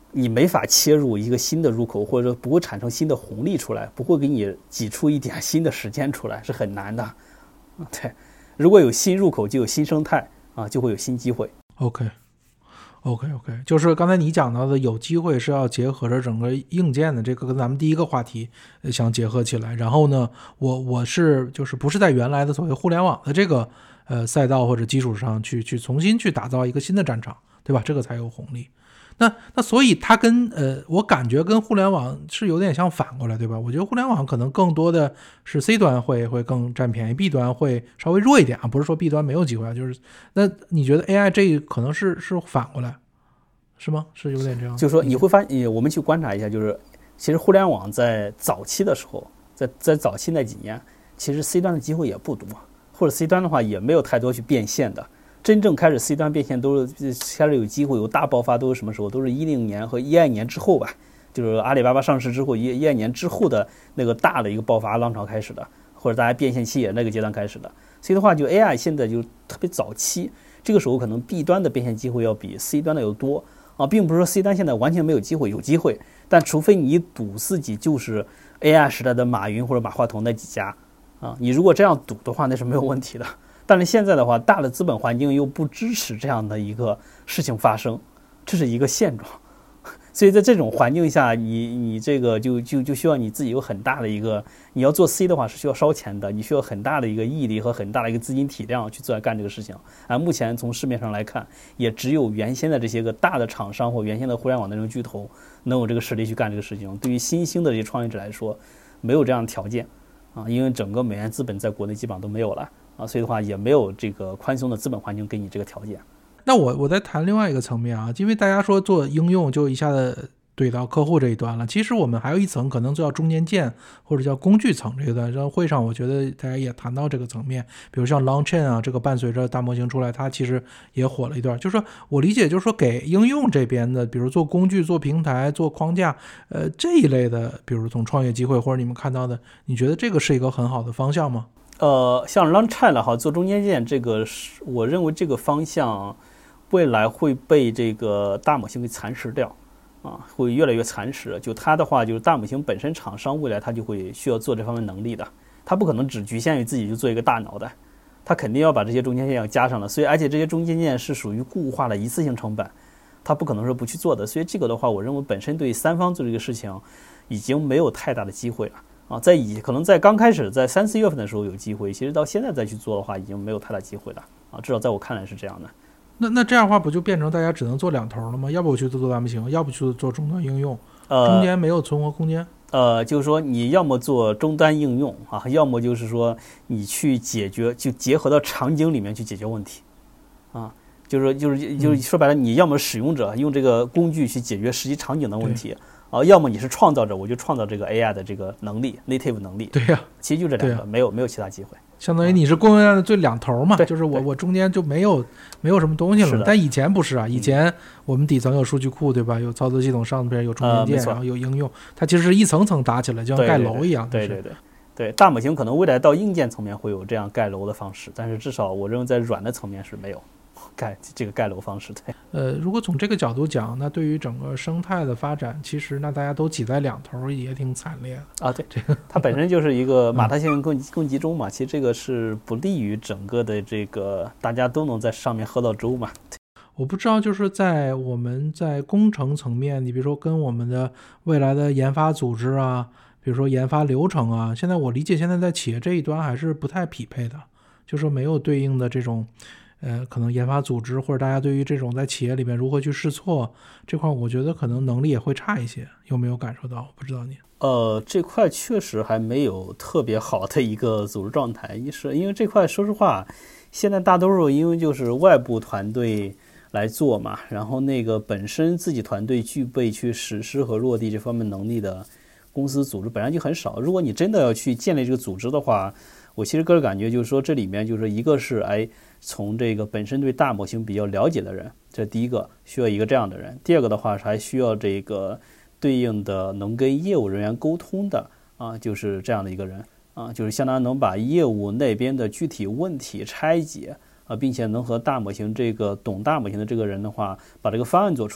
你没法切入一个新的入口，或者说不会产生新的红利出来，不会给你挤出一点新的时间出来，是很难的。对，如果有新入口，就有新生态啊，就会有新机会。 OK，OK，OK，、okay, okay, okay. 就是刚才你讲到的，有机会是要结合着整个硬件的这个，跟咱们第一个话题相结合起来。然后呢，我我是就是不是在原来的所谓互联网的这个呃赛道或者基础上去去重新去打造一个新的战场，对吧？这个才有红利。那那所以它跟呃，我感觉跟互联网是有点像反过来，对吧？我觉得互联网可能更多的是 C 端会会更占便宜 ，B 端会稍微弱一点啊，不是说 B 端没有机会啊，就是那你觉得 A I 这可能是是反过来，是吗？是有点这样。 就是说你会发现，我们去观察一下，就是其实互联网在早期的时候，在在早期那几年，其实 C 端的机会也不多，或者 C 端的话也没有太多去变现的。真正开始 C 端变现都是开始有机会有大爆发，都是什么时候？都是一零年和一二年之后吧，就是阿里巴巴上市之后一一二年之后的那个大的一个爆发浪潮开始的，或者大家变现期也那个阶段开始的。所以的话，就 A I 现在就特别早期，这个时候可能 B 端的变现机会要比 C 端的要多啊，并不是说 C 端现在完全没有机会，有机会，但除非你赌自己就是 A I 时代的马云或者马化腾那几家啊，你如果这样赌的话，那是没有问题的。但是现在的话，大的资本环境又不支持这样的一个事情发生，这是一个现状。所以在这种环境下，你你这个就就就需要你自己有很大的一个，你要做 C 的话是需要烧钱的，你需要很大的一个毅力和很大的一个资金体量去做来干这个事情。啊，目前从市面上来看，也只有原先的这些个大的厂商或原先的互联网的那种巨头能有这个实力去干这个事情。对于新兴的这些创业者来说，没有这样的条件啊，因为整个美元资本在国内基本上都没有了。啊，所以的话也没有这个宽松的资本环境给你这个条件。 那我我再谈另外一个层面啊，因为大家说做应用就一下子怼到客户这一端了，其实我们还有一层可能叫中间件或者叫工具层这一端。然后会上我觉得大家也谈到这个层面，比如像 LangChain 啊，这个伴随着大模型出来，它其实也火了一段。就是说我理解，就是说给应用这边的，比如做工具、做平台、做框架，呃这一类的，比如从创业机会或者你们看到的，你觉得这个是一个很好的方向吗？ 呃，像 LangChain 了哈，做中间件这个，我认为这个方向未来会被这个大模型给蚕食掉，啊，会越来越蚕食。就它的话，就是大模型本身厂商未来它就会需要做这方面能力的，它不可能只局限于自己就做一个大脑的，它肯定要把这些中间件要加上的。所以，而且这些中间件是属于固化的一次性成本，它不可能说不去做的。所以这个的话，我认为本身对三方做这个事情已经没有太大的机会了。啊，在以可能在刚开始在三四月份的时候有机会，其实到现在再去做的话，已经没有太大机会了啊。至少在我看来是这样的。 那那这样的话，不就变成大家只能做两头了吗？要不我去做大模型，要不去做终端应用， 呃， 中间没有存活空间。 呃，就是说你要么做终端应用啊，要么就是说你去解决，就结合到场景里面去解决问题，啊，就是说就是就是说白了，你要么使用者用这个工具去解决实际场景的问题。啊，要么你是创造者，我就创造这个 A I 的这个能力 ，native 能力。 对呀、啊， 其实就这两个，没有没有其他机会。 相当于你是供应链的最两头嘛，就是我我中间就没有没有什么东西了。但以前不是啊，以前我们底层有数据库，对吧？有操作系统，上边有中间件，呃、然后有应用，它其实是一层层搭起来，就像盖楼一样。 对对 对, 对, 对, 对，大模型可能未来到硬件层面会有这样盖楼的方式，但是至少我认为在软的层面是没有。盖这个盖楼方式，对， 呃，如果从这个角度讲，那对于整个生态的发展，其实那大家都挤在两头也挺惨烈的啊。对，这个它本身就是一个马太效应更更集中嘛，其实这个是不利于整个的这个大家都能在上面喝到粥嘛。 我不知道，就是在我们在工程层面，你比如说跟我们的未来的研发组织啊，比如说研发流程啊，现在我理解现在在企业这一端还是不太匹配的，就是说没有对应的这种。呃，可能研发组织或者大家对于这种在企业里面如何去试错这块，我觉得可能能力也会差一些，有没有感受到？不知道你。 呃，这块确实还没有特别好的一个组织状态，一是因为这块说实话，现在大多数因为就是外部团队来做嘛，然后那个本身自己团队具备去实施和落地这方面能力的公司组织本来就很少。如果你真的要去建立这个组织的话，我其实个人感觉就是说，这里面就是一个是哎，从这个本身对大模型比较了解的人，这第一个需要一个这样的人。第二个的话，还需要这个对应的能跟业务人员沟通的啊，就是这样的一个人啊，就是相当于能把业务那边的具体问题拆解啊，并且能和大模型这个懂大模型的这个人的话，把这个方案做出来。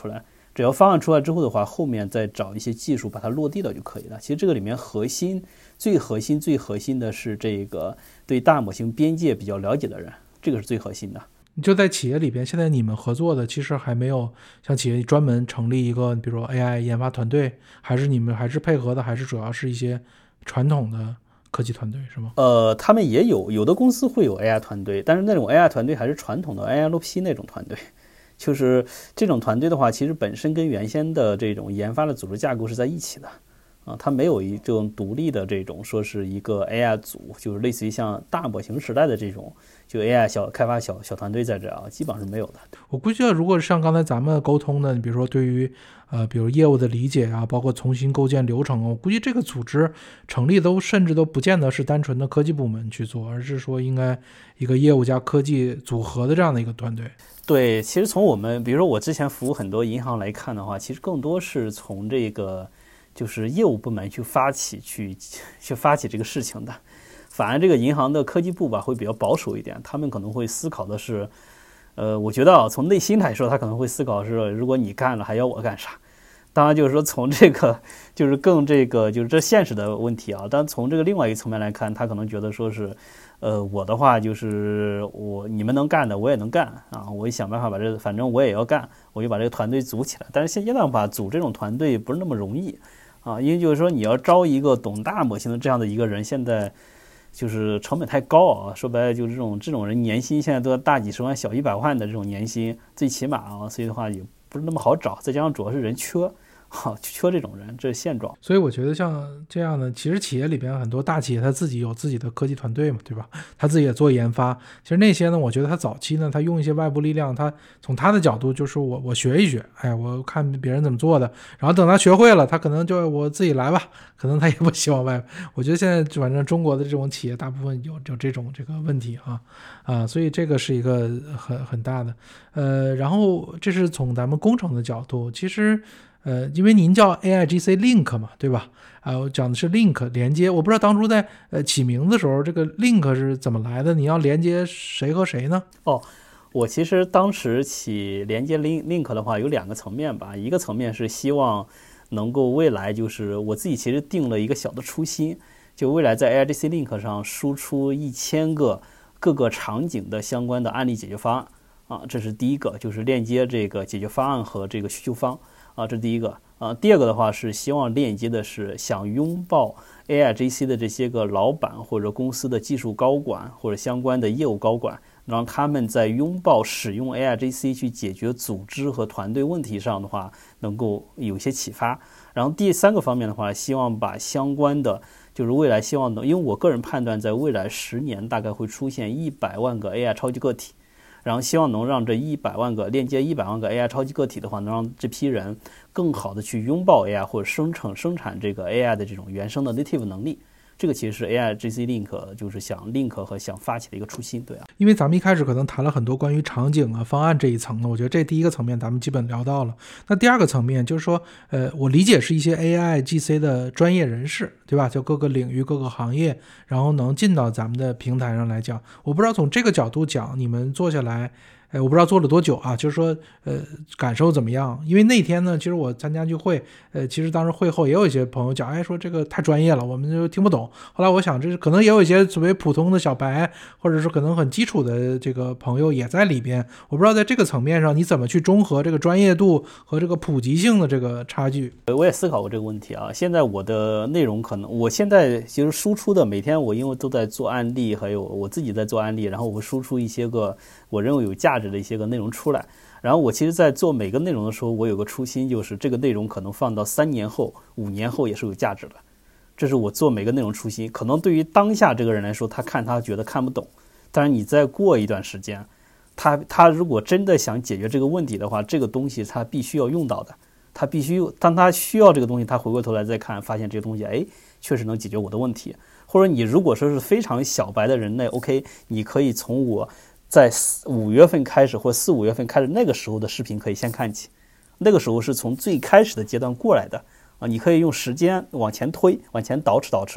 只要方案出来之后的话，后面再找一些技术把它落地了就可以了。其实这个里面核心、最核心、最核心的是这个对大模型边界比较了解的人，这个是最核心的。 就在企业里边，现在你们合作的其实还没有像企业专门成立一个，比如说 A I 研发团队，还是你们还是配合的，还是主要是一些传统的科技团队是吗？ 呃，他们也有，有的公司会有 A I 团队，但是那种 A I 团队还是传统的 N L P 那种团队。就是这种团队的话，其实本身跟原先的这种研发的组织架构是在一起的啊，它没有一种独立的这种说是一个 A I 组，就是类似于像大模型时代的这种就 A I 小开发小小团队在这啊，基本上是没有的。 我估计如果像刚才咱们沟通的，你比如说对于呃，比如业务的理解啊，包括重新构建流程，我估计这个组织成立都甚至都不见得是单纯的科技部门去做，而是说应该一个业务加科技组合的这样的一个团队。 对，其实从我们比如说我之前服务很多银行来看的话，其实更多是从这个就是业务部门去发起去去发起这个事情的。反而这个银行的科技部吧会比较保守一点，他们可能会思考的是呃，我觉得啊，从内心来说，他可能会思考是，如果你干了，还要我干啥？当然，就是说从这个，就是更这个，就是这现实的问题啊。但从这个另外一个层面来看，他可能觉得说是，呃，我的话就是我你们能干的，我也能干啊。我也想办法把这，反正我也要干，我就把这个团队组起来。但是现阶段吧，组这种团队不是那么容易啊，因为就是说你要招一个懂大模型的这样的一个人，现在。就是成本太高啊，说白了就是这种这种人年薪现在都要大几十万小一百万的这种年薪，最起码啊，所以的话也不是那么好找，再加上主要是人缺，好缺这种人，这是现状。 所以我觉得像这样的，其实企业里边很多大企业他自己有自己的科技团队嘛，对吧？他自己也做研发。其实那些呢，我觉得他早期呢，他用一些外部力量，他从他的角度就是我我学一学，哎，我看别人怎么做的，然后等他学会了，他可能就我自己来吧，可能他也不希望外。我觉得现在反正中国的这种企业大部分有有这种这个问题啊啊，所以这个是一个很很大的呃，然后这是从咱们工程的角度，其实。呃，因为您叫 A I G C Link 嘛，对吧？啊、呃，我讲的是 Link 连接，我不知道当初在呃起名的时候，这个 Link 是怎么来的？你要连接谁和谁呢？ 哦，我其实当时起连接 Link Link 的话，有两个层面吧。一个层面是希望能够未来就是我自己其实定了一个小的初心，就未来在 A I G C Link 上输出一千个各个场景的相关的案例解决方案啊，这是第一个，就是链接这个解决方案和这个需求方。啊，这是第一个啊。第二个的话是希望链接的是想拥抱 A I G C 的这些个老板或者公司的技术高管或者相关的业务高管，让他们在拥抱使用 A I G C 去解决组织和团队问题上的话，能够有一些启发。然后第三个方面的话，希望把相关的就是未来希望的，因为我个人判断，在未来十年大概会出现一百万个 A I 超级个体。然后希望能让这一百万个链接一百万个 A I 超级个体的话，能让这批人更好的去拥抱 A I 或者生成生产这个 A I 的这种原生的 native 能力。这个其实是 A I G C Link 就是想 link 和想发起的一个初心，对啊。 因为咱们一开始可能谈了很多关于场景啊、方案这一层呢，我觉得这第一个层面咱们基本聊到了。那第二个层面就是说，呃，我理解是一些 A I G C 的专业人士，对吧？就各个领域、各个行业，然后能进到咱们的平台上来讲。我不知道从这个角度讲，你们做下来。哎，我不知道做了多久啊，就是说，呃，感受怎么样？因为那天呢，其实我参加聚会，呃，其实当时会后也有一些朋友讲，哎，说这个太专业了，我们就听不懂。后来我想，这可能也有一些所谓普通的小白，或者是可能很基础的这个朋友也在里边。我不知道在这个层面上，你怎么去中和这个专业度和这个普及性的这个差距？ 我也思考过这个问题啊。现在我的内容可能，我现在其实输出的每天我因为都在做案例，还有我自己在做案例，然后我输出一些个我认为有价值的一些个内容出来，然后我其实在做每个内容的时候，我有个初心，就是这个内容可能放到三年后五年后也是有价值的，这是我做每个内容初心。可能对于当下这个人来说，他看他觉得看不懂，但是你再过一段时间，他他如果真的想解决这个问题的话，这个东西他必须要用到的，他必须当他需要这个东西，他回过头来再看，发现这个东西哎确实能解决我的问题。或者你如果说是非常小白的人类 OK， 你可以从我在五月份开始或四五月份开始那个时候的视频可以先看起，那个时候是从最开始的阶段过来的啊，你可以用时间往前推，往前倒饬倒饬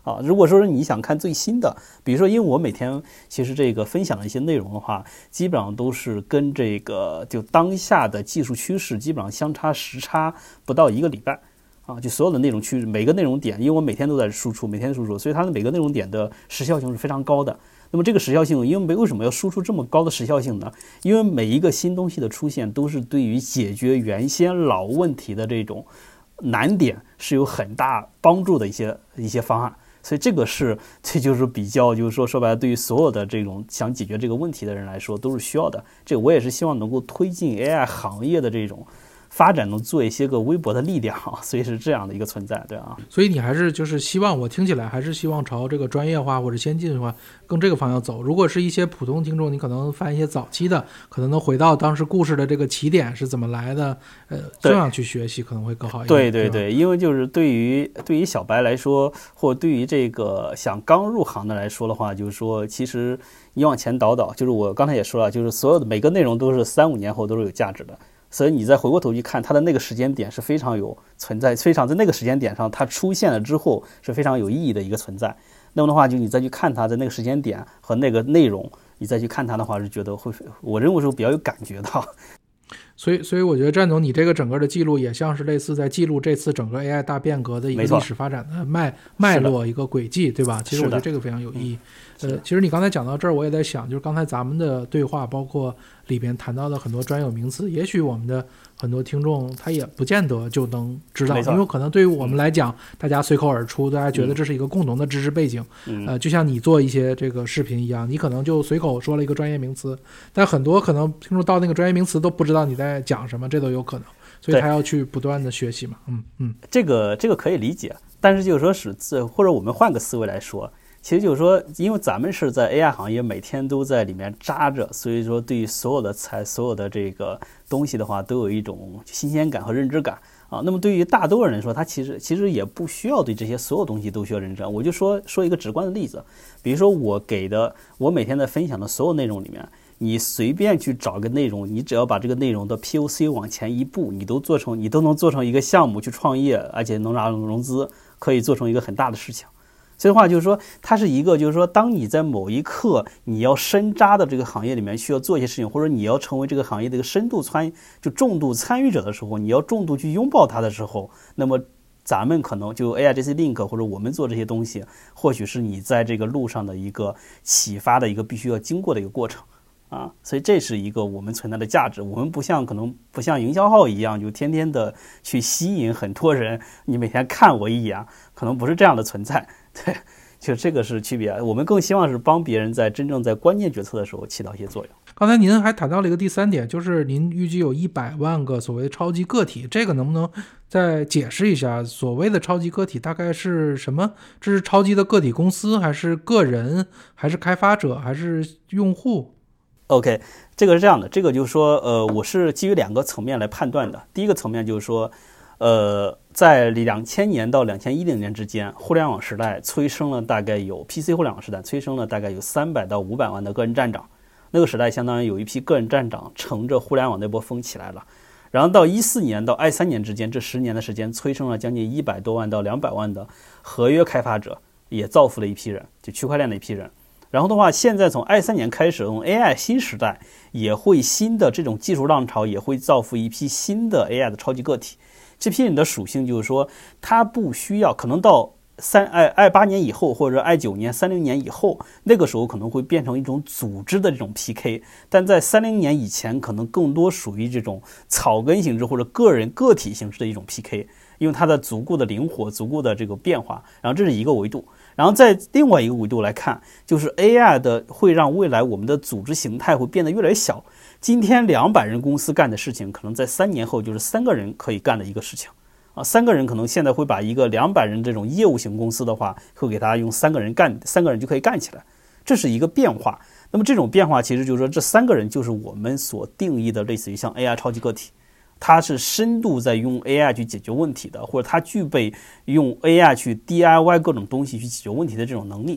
啊，如果说是你想看最新的，比如说，因为我每天其实这个分享的一些内容的话，基本上都是跟这个就当下的技术趋势基本上相差时差不到一个礼拜啊，就所有的内容趋势，每个内容点，因为我每天都在输出，每天输出，所以它的每个内容点的时效性是非常高的。那么这个时效性，因为为什么要输出这么高的时效性呢？因为每一个新东西的出现，都是对于解决原先老问题的这种难点是有很大帮助的一些一些方案。所以这个是，这就是比较，就是说说白了，对于所有的这种想解决这个问题的人来说，都是需要的。这我也是希望能够推进 A I 行业的这种发展，能做一些个微薄的力量，所以是这样的一个存在，对啊。 所以你还是就是希望，我听起来还是希望朝这个专业化或者先进化更这个方向走。如果是一些普通听众，你可能翻一些早期的，可能能回到当时故事的这个起点是怎么来的，呃，这样去学习可能会更好一点。 对对对，因为就是对于对于小白来说，或对于这个想刚入行的来说的话，就是说，其实你往前倒倒，就是我刚才也说了，就是所有的每个内容都是三五年后都是有价值的。所以你再回过头去看它的那个时间点是非常有存在，非常在那个时间点上它出现了之后是非常有意义的一个存在。那么的话，就你再去看它在那个时间点和那个内容，你再去看它的话，是觉得会，我认为是比较有感觉的。 所以，所以我觉得战总，你这个整个的记录也像是类似在记录这次整个 A I 大变革的一个历史发展的脉脉络，一个轨迹，对吧？其实我觉得这个非常有意义。呃，其实你刚才讲到这儿，我也在想，就是刚才咱们的对话，包括里边谈到的很多专有名词，也许我们的很多听众他也不见得就能知道，因为可能对于我们来讲，大家随口而出，大家觉得这是一个共同的知识背景。 嗯、 呃，就像你做一些这个视频一样，你可能就随口说了一个专业名词，但很多可能听众到那个专业名词都不知道你在讲什么，这都有可能，所以他要去不断的学习嘛。嗯嗯， 这个这个可以理解，但是就是说是或者我们换个思维来说。其实就是说，因为咱们是在 A I 行业，每天都在里面扎着，所以说对于所有的材、所有的这个东西的话，都有一种新鲜感和认知感啊。那么对于大多数人来说，他其实其实也不需要对这些所有东西都需要认知。我就说说一个直观的例子，比如说我给的，我每天在分享的所有内容里面，你随便去找个内容，你只要把这个内容的 P O C 往前一步，你都做成，你都能做成一个项目去创业，而且能拿融资，可以做成一个很大的事情。所以的话就是说，它是一个就是说，当你在某一刻你要深扎的这个行业里面需要做一些事情，或者你要成为这个行业的一个深度参就重度参与者的时候，你要重度去拥抱它的时候，那么咱们可能就 A I G C Link 或者我们做这些东西，或许是你在这个路上的一个启发的一个必须要经过的一个过程啊。所以这是一个我们存在的价值。我们不像可能不像营销号一样，就天天的去吸引很多人，你每天看我一眼，可能不是这样的存在。对，就这个是区别。我们更希望是帮别人在真正在关键决策的时候起到一些作用。 刚才您还谈到了一个第三点，就是您预计有一百万个所谓的超级个体，这个能不能再解释一下？所谓的超级个体大概是什么？这是超级的个体公司，还是个人，还是开发者，还是用户 ？OK， 这个是这样的，这个就是说，呃，我是基于两个层面来判断的。第一个层面就是说，呃，在两千年到两千一零年之间，互联网时代催生了大概有 P C 互联网时代催生了大概有三百到五百万的个人站长。那个时代相当于有一批个人站长乘着互联网那波风起来了。然后到一四年到二三年之间，这十年的时间催生了将近一百多万到两百万的合约开发者，也造福了一批人，就区块链的一批人。然后的话，现在从二三年开始，从 A I 新时代也会新的这种技术浪潮也会造福一批新的 A I 的超级个体。这批人的属性就是说，他不需要，可能到三二二八年以后，或者二九年、三零年以后，那个时候可能会变成一种组织的这种 P K， 但在三零年以前，可能更多属于这种草根形式或者个人个体形式的一种 P K， 因为它的足够的灵活、足够的这个变化。然后这是一个维度。然后在另外一个维度来看，就是 A I 的会让未来我们的组织形态会变得越来越小。今天两百人公司干的事情，可能在三年后就是三个人可以干的一个事情啊。三个人可能现在会把一个两百人这种业务型公司的话，会给他用三个人干，三个人就可以干起来，这是一个变化。那么这种变化其实就是说，这三个人就是我们所定义的类似于像 A I 超级个体，它是深度在用 A I 去解决问题的，或者它具备用 A I 去 D I Y 各种东西去解决问题的这种能力。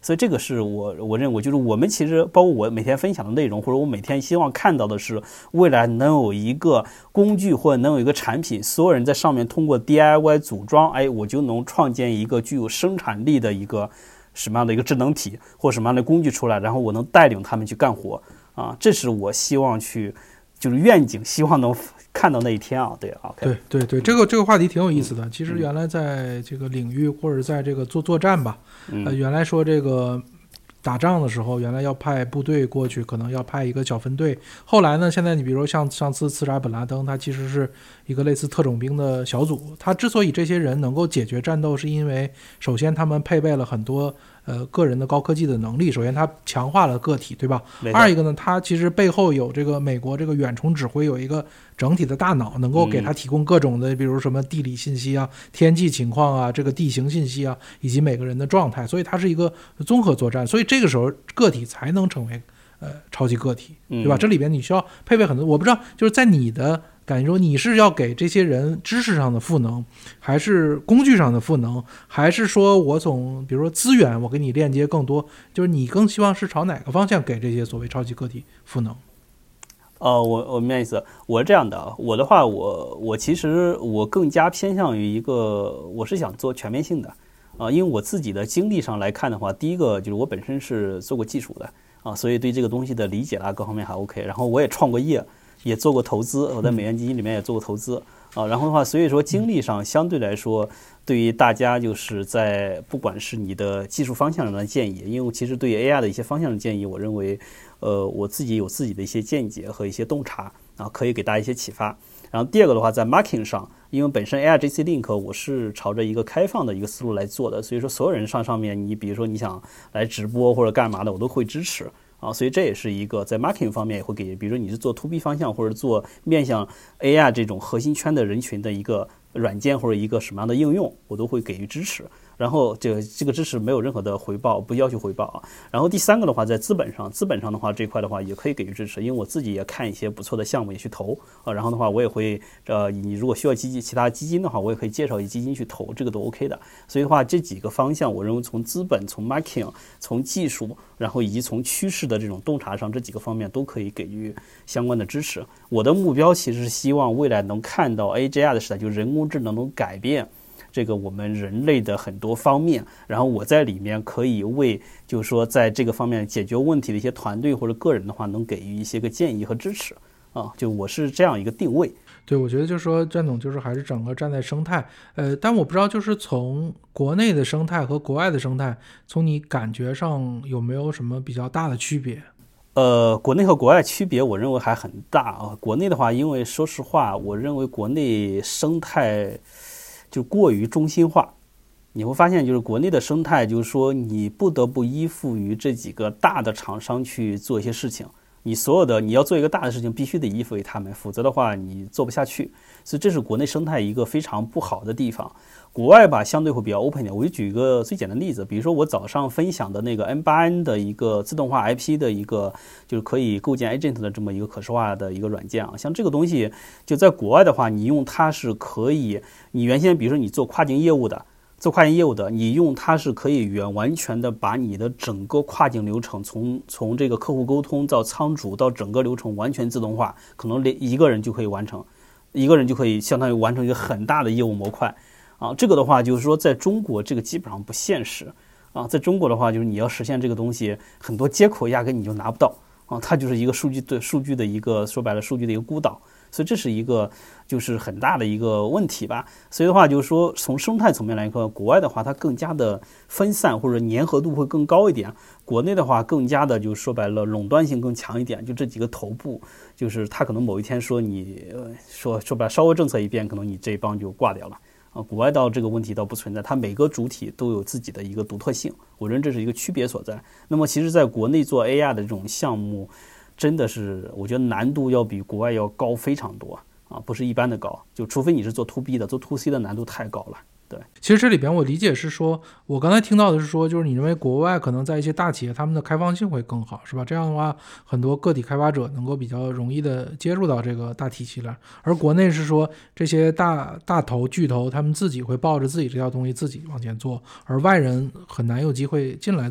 所以这个是我我认为就是我们其实包括我每天分享的内容，或者我每天希望看到的是未来能有一个工具或者能有一个产品，所有人在上面通过 D I Y 组装，哎，我就能创建一个具有生产力的一个什么样的一个智能体或什么样的工具出来，然后我能带领他们去干活啊，这是我希望去就是愿景，希望能看到那一天啊。对啊， okay， 对对对，这个这个话题挺有意思的。其实原来在这个领域或者在这个作作战吧，呃，原来说这个打仗的时候，原来要派部队过去，可能要派一个小分队。后来呢，现在你比如像上次刺杀本拉登，他其实是一个类似特种兵的小组。他之所以这些人能够解决战斗，是因为首先他们配备了很多呃个人的高科技的能力。首先他强化了个体，对吧？二一个呢，他其实背后有这个美国这个远程指挥，有一个整体的大脑，能够给他提供各种的，比如什么地理信息啊、天气情况啊、这个地形信息啊，以及每个人的状态。所以它是一个综合作战。所以这个时候个体才能成为呃超级个体，对吧？这里边你需要配备很多。我不知道，就是在你的感觉中，你是要给这些人知识上的赋能，还是工具上的赋能，还是说我从比如说资源我给你链接更多，就是你更希望是朝哪个方向给这些所谓超级个体赋能？ 呃，我我明白意思。我是这样的，我的话，我我其实我更加偏向于一个，我是想做全面性的啊、呃，因为我自己的经历上来看的话，第一个就是我本身是做过技术的啊、呃，所以对这个东西的理解啦各方面还 OK。然后我也创过业，也做过投资，我在美元基金里面也做过投资啊、呃，然后的话，所以说经历上相对来说，对于大家就是在不管是你的技术方向上的建议，因为其实对于 A I 的一些方向的建议，我认为。呃，我自己有自己的一些见解和一些洞察啊，可以给大家一些启发。然后第二个的话，在 marketing 上，因为本身 A I G C Link 我是朝着一个开放的一个思路来做的，所以说所有人上上面，你比如说你想来直播或者干嘛的，我都会支持啊。所以这也是一个在 marketing 方面也会给，比如说你是做 to B 方向或者做面向 A I 这种核心圈的人群的一个软件或者一个什么样的应用，我都会给予支持。然后这个这个支持没有任何的回报，不要求回报啊。然后第三个的话，在资本上，资本上的话这一块的话也可以给予支持，因为我自己也看一些不错的项目也去投啊。然后的话，我也会呃，你如果需要基金其他基金的话，我也可以介绍一些基金去投，这个都 OK 的。所以的话，这几个方向，我认为从资本、从 marketing、从技术，然后以及从趋势的这种洞察上，这几个方面都可以给予相关的支持。我的目标其实是希望未来能看到 A G I 的时代，就是人工智能能改变。这个我们人类的很多方面，然后我在里面可以为，就是说在这个方面解决问题的一些团队或者个人的话，能给予一些个建议和支持啊，就我是这样一个定位。 对，我觉得就是说，战总就是还是整个站在生态，呃，但我不知道就是从国内的生态和国外的生态，从你感觉上有没有什么比较大的区别？ 呃，国内和国外区别，我认为还很大啊。国内的话，因为说实话，我认为国内生态。就过于中心化，你会发现就是国内的生态，就是说你不得不依附于这几个大的厂商去做一些事情，你所有的你要做一个大的事情，必须得依附于他们，否则的话你做不下去。所以这是国内生态一个非常不好的地方。国外吧，相对会比较 open 一点。我就举一个最简单的例子，比如说我早上分享的那个 N 八 N 的一个自动化 I P 的一个，就是可以构建 agent 的这么一个可视化的一个软件啊。像这个东西，就在国外的话，你用它是可以，你原先比如说你做跨境业务的，做跨境业务的，你用它是可以原完全的把你的整个跨境流程，从从这个客户沟通到仓储到整个流程完全自动化，可能连一个人就可以完成，一个人就可以相当于完成一个很大的业务模块。啊，这个的话就是说，在中国这个基本上不现实啊。在中国的话，就是你要实现这个东西，很多接口压根你就拿不到啊，它就是一个数据对数据的一个说白了数据的一个孤岛，所以这是一个就是很大的一个问题吧。所以的话就是说，从生态层面来看，国外的话它更加的分散或者粘合度会更高一点，国内的话更加的就是说白了垄断性更强一点。就这几个头部，就是它可能某一天说你呃说说白了稍微政策一变，可能你这一帮就挂掉了。啊，国外到这个问题倒不存在，它每个主体都有自己的一个独特性，我认为这是一个区别所在。那么其实在国内做 A I 的这种项目，真的是我觉得难度要比国外要高非常多啊，不是一般的高，就除非你是做 to B 的，做 to C 的难度太高了。对， 其实这里边我理解是说，我刚才听到的是说，就是你认为国外可能在一些大企业他们的开放性会更好，是吧？这样的话，很多个体开发者能够比较容易的接入到这个大体系来，而国内是说这些大大头巨头他们自己会抱着自己这套东西自己往前做，而外人很难有机会进来做，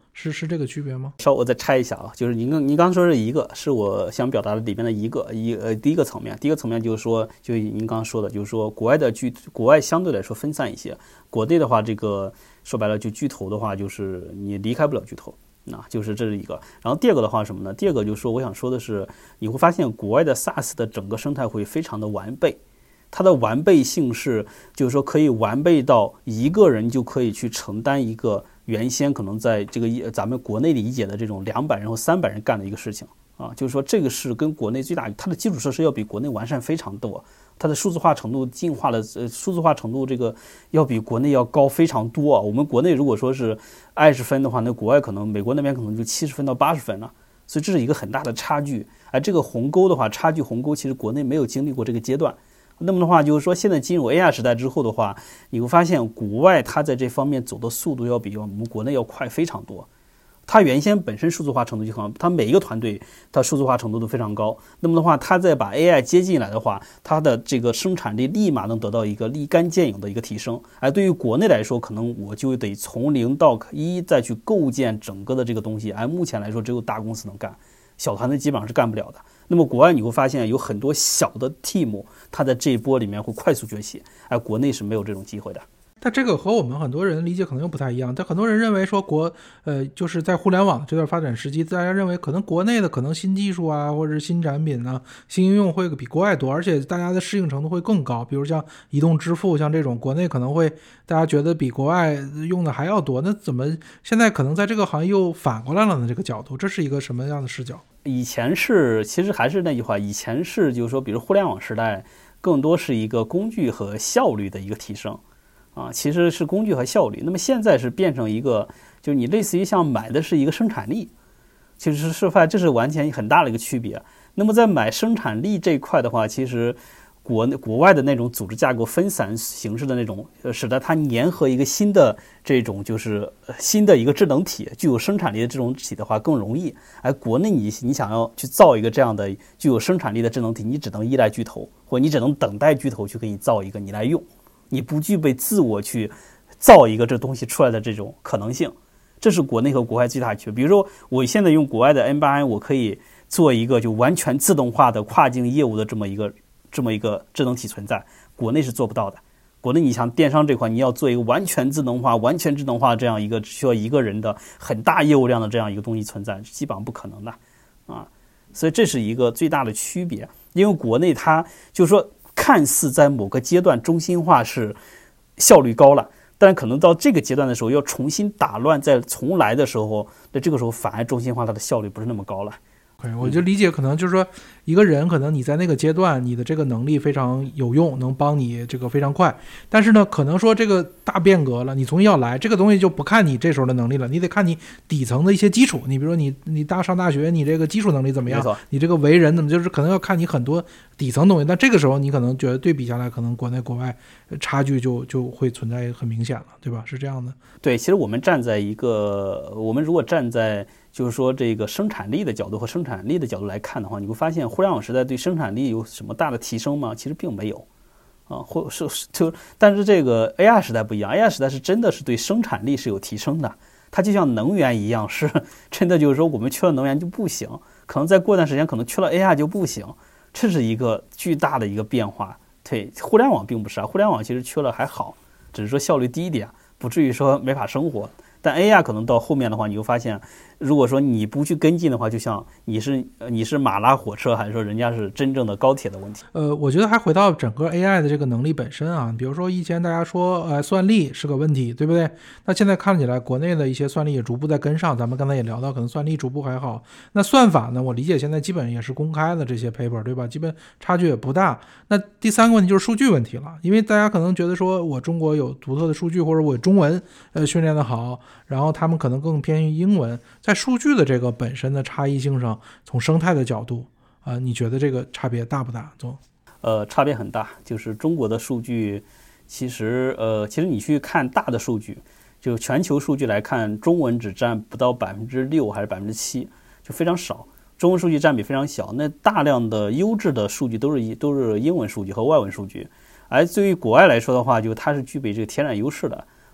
是是这个区别吗？ 稍我再拆一下啊，就是您刚您刚说是一个，是我想表达的里边的一个一呃第一个层面，第一个层面就是说，就您刚刚说的，就是说国外的巨国外相对来说分散一些，国内的话，这个说白了就巨头的话，就是你离开不了巨头。那就是这是一个，然后第二个的话什么呢？第二个就是说，我想说的是，你会发现国外的 SaaS 的整个生态会非常的完备，它的完备性是，就是说可以完备到一个人就可以去承担一个原先可能在这个咱们国内理解的这种两百人或三百人干的一个事情啊，就是说这个是跟国内最大，它的基础设施要比国内完善非常多，它的数字化程度、进化的呃数字化程度这个要比国内要高非常多啊。我们国内如果说是二十分的话，那国外可能美国那边可能就七十分到八十分了，所以这是一个很大的差距。而这个鸿沟的话，差距鸿沟其实国内没有经历过这个阶段。那么的话，就是说现在进入 A I 时代之后的话，你会发现国外它在这方面走的速度要比我们国内要快非常多。它原先本身数字化程度就很好，它每一个团队它数字化程度都非常高。那么的话，它再把 A I 接进来的话，它的这个生产力立马能得到一个立竿见影的一个提升。而对于国内来说，可能我就得从零到一再去构建整个的这个东西，而目前来说只有大公司能干，小团队基本上是干不了的。那么国外你会发现有很多小的 team， 它在这一波里面会快速崛起，而国内是没有这种机会的。 但这个和我们很多人理解可能又不太一样，但很多人认为说国呃就是在互联网这段发展时期，大家认为可能国内的可能新技术啊，或者是新产品啊、新应用会比国外多，而且大家的适应程度会更高。比如像移动支付，像这种国内可能会大家觉得比国外用的还要多，那怎么现在可能在这个行业又反过来了呢？这个角度，这是一个什么样的视角？ 以前是，其实还是那句话，以前是就是说，比如互联网时代，更多是一个工具和效率的一个提升。啊，其实是工具和效率。那么现在是变成一个，就是你类似于像买的是一个生产力，其实是发这是完全很大的一个区别。那么在买生产力这一块的话，其实国国外的那种组织架构分散形式的那种，呃，使得它粘合一个新的这种就是新的一个智能体，具有生产力的这种体的话更容易。而国内你你想要去造一个这样的具有生产力的智能体，你只能依赖巨头，或者你只能等待巨头去给你造一个你来用。你不具备自我去造一个这东西出来的这种可能性，这是国内和国外最大的区别。比如说，我现在用国外的 N 八 I， 我可以做一个就完全自动化的跨境业务的这么一个这么一个智能体存在，国内是做不到的。国内你像电商这块，你要做一个完全自动化、完全智能化这样一个需要一个人的很大业务量的这样一个东西存在，基本上不可能的啊。所以这是一个最大的区别，因为国内它就是说。看似在某个阶段中心化是效率高了，但可能到这个阶段的时候要重新打乱再重来的时候，那这个时候反而中心化它的效率不是那么高了。 对，我就理解可能就是说一个人可能你在那个阶段你的这个能力非常有用，能帮你这个非常快，但是呢可能说这个大变革了，你重新要来，这个东西就不看你这时候的能力了，你得看你底层的一些基础。你比如说你你大上大学你这个基础能力怎么样，你这个为人怎么，就是可能要看你很多底层东西。但这个时候你可能觉得对比下来，可能国内国外差距就就会存在很明显了，对吧？是这样的。 对，其实我们站在一个我们如果站在就是说这个生产力的角度和生产力的角度来看的话，你会发现互联网时代对生产力有什么大的提升吗？其实并没有啊，或是就但是这个 A I 时代不一样 ，A I 时代是真的是对生产力是有提升的，它就像能源一样，是真的就是说我们缺了能源就不行，可能再过段时间可能缺了 A I 就不行，这是一个巨大的一个变化。对，互联网并不是啊，互联网其实缺了还好，只是说效率低一点，不至于说没法生活。但 A I 可能到后面的话，你会发现，如果说你不去跟进的话，就像你是你是马拉火车，还是说人家是真正的高铁的问题？ 呃，我觉得还回到整个 A I 的这个能力本身啊，比如说以前大家说，呃，算力是个问题，对不对？那现在看起来，国内的一些算力也逐步在跟上。咱们刚才也聊到，可能算力逐步还好。那算法呢？我理解现在基本也是公开的这些 paper， 对吧？基本差距也不大。那第三个问题就是数据问题了，因为大家可能觉得说我中国有独特的数据，或者我中文呃训练的好。然后他们可能更偏于英文，在数据的这个本身的差异性上，从生态的角度啊、呃，你觉得这个差别大不大？总呃，差别很大。就是中国的数据，其实呃，其实你去看大的数据，就全球数据来看，中文只占不到百分之六还是百分之七，就非常少。中文数据占比非常小，那大量的优质的数据都是都是英文数据和外文数据。而对于国外来说的话，就它是具备这个天然优势的。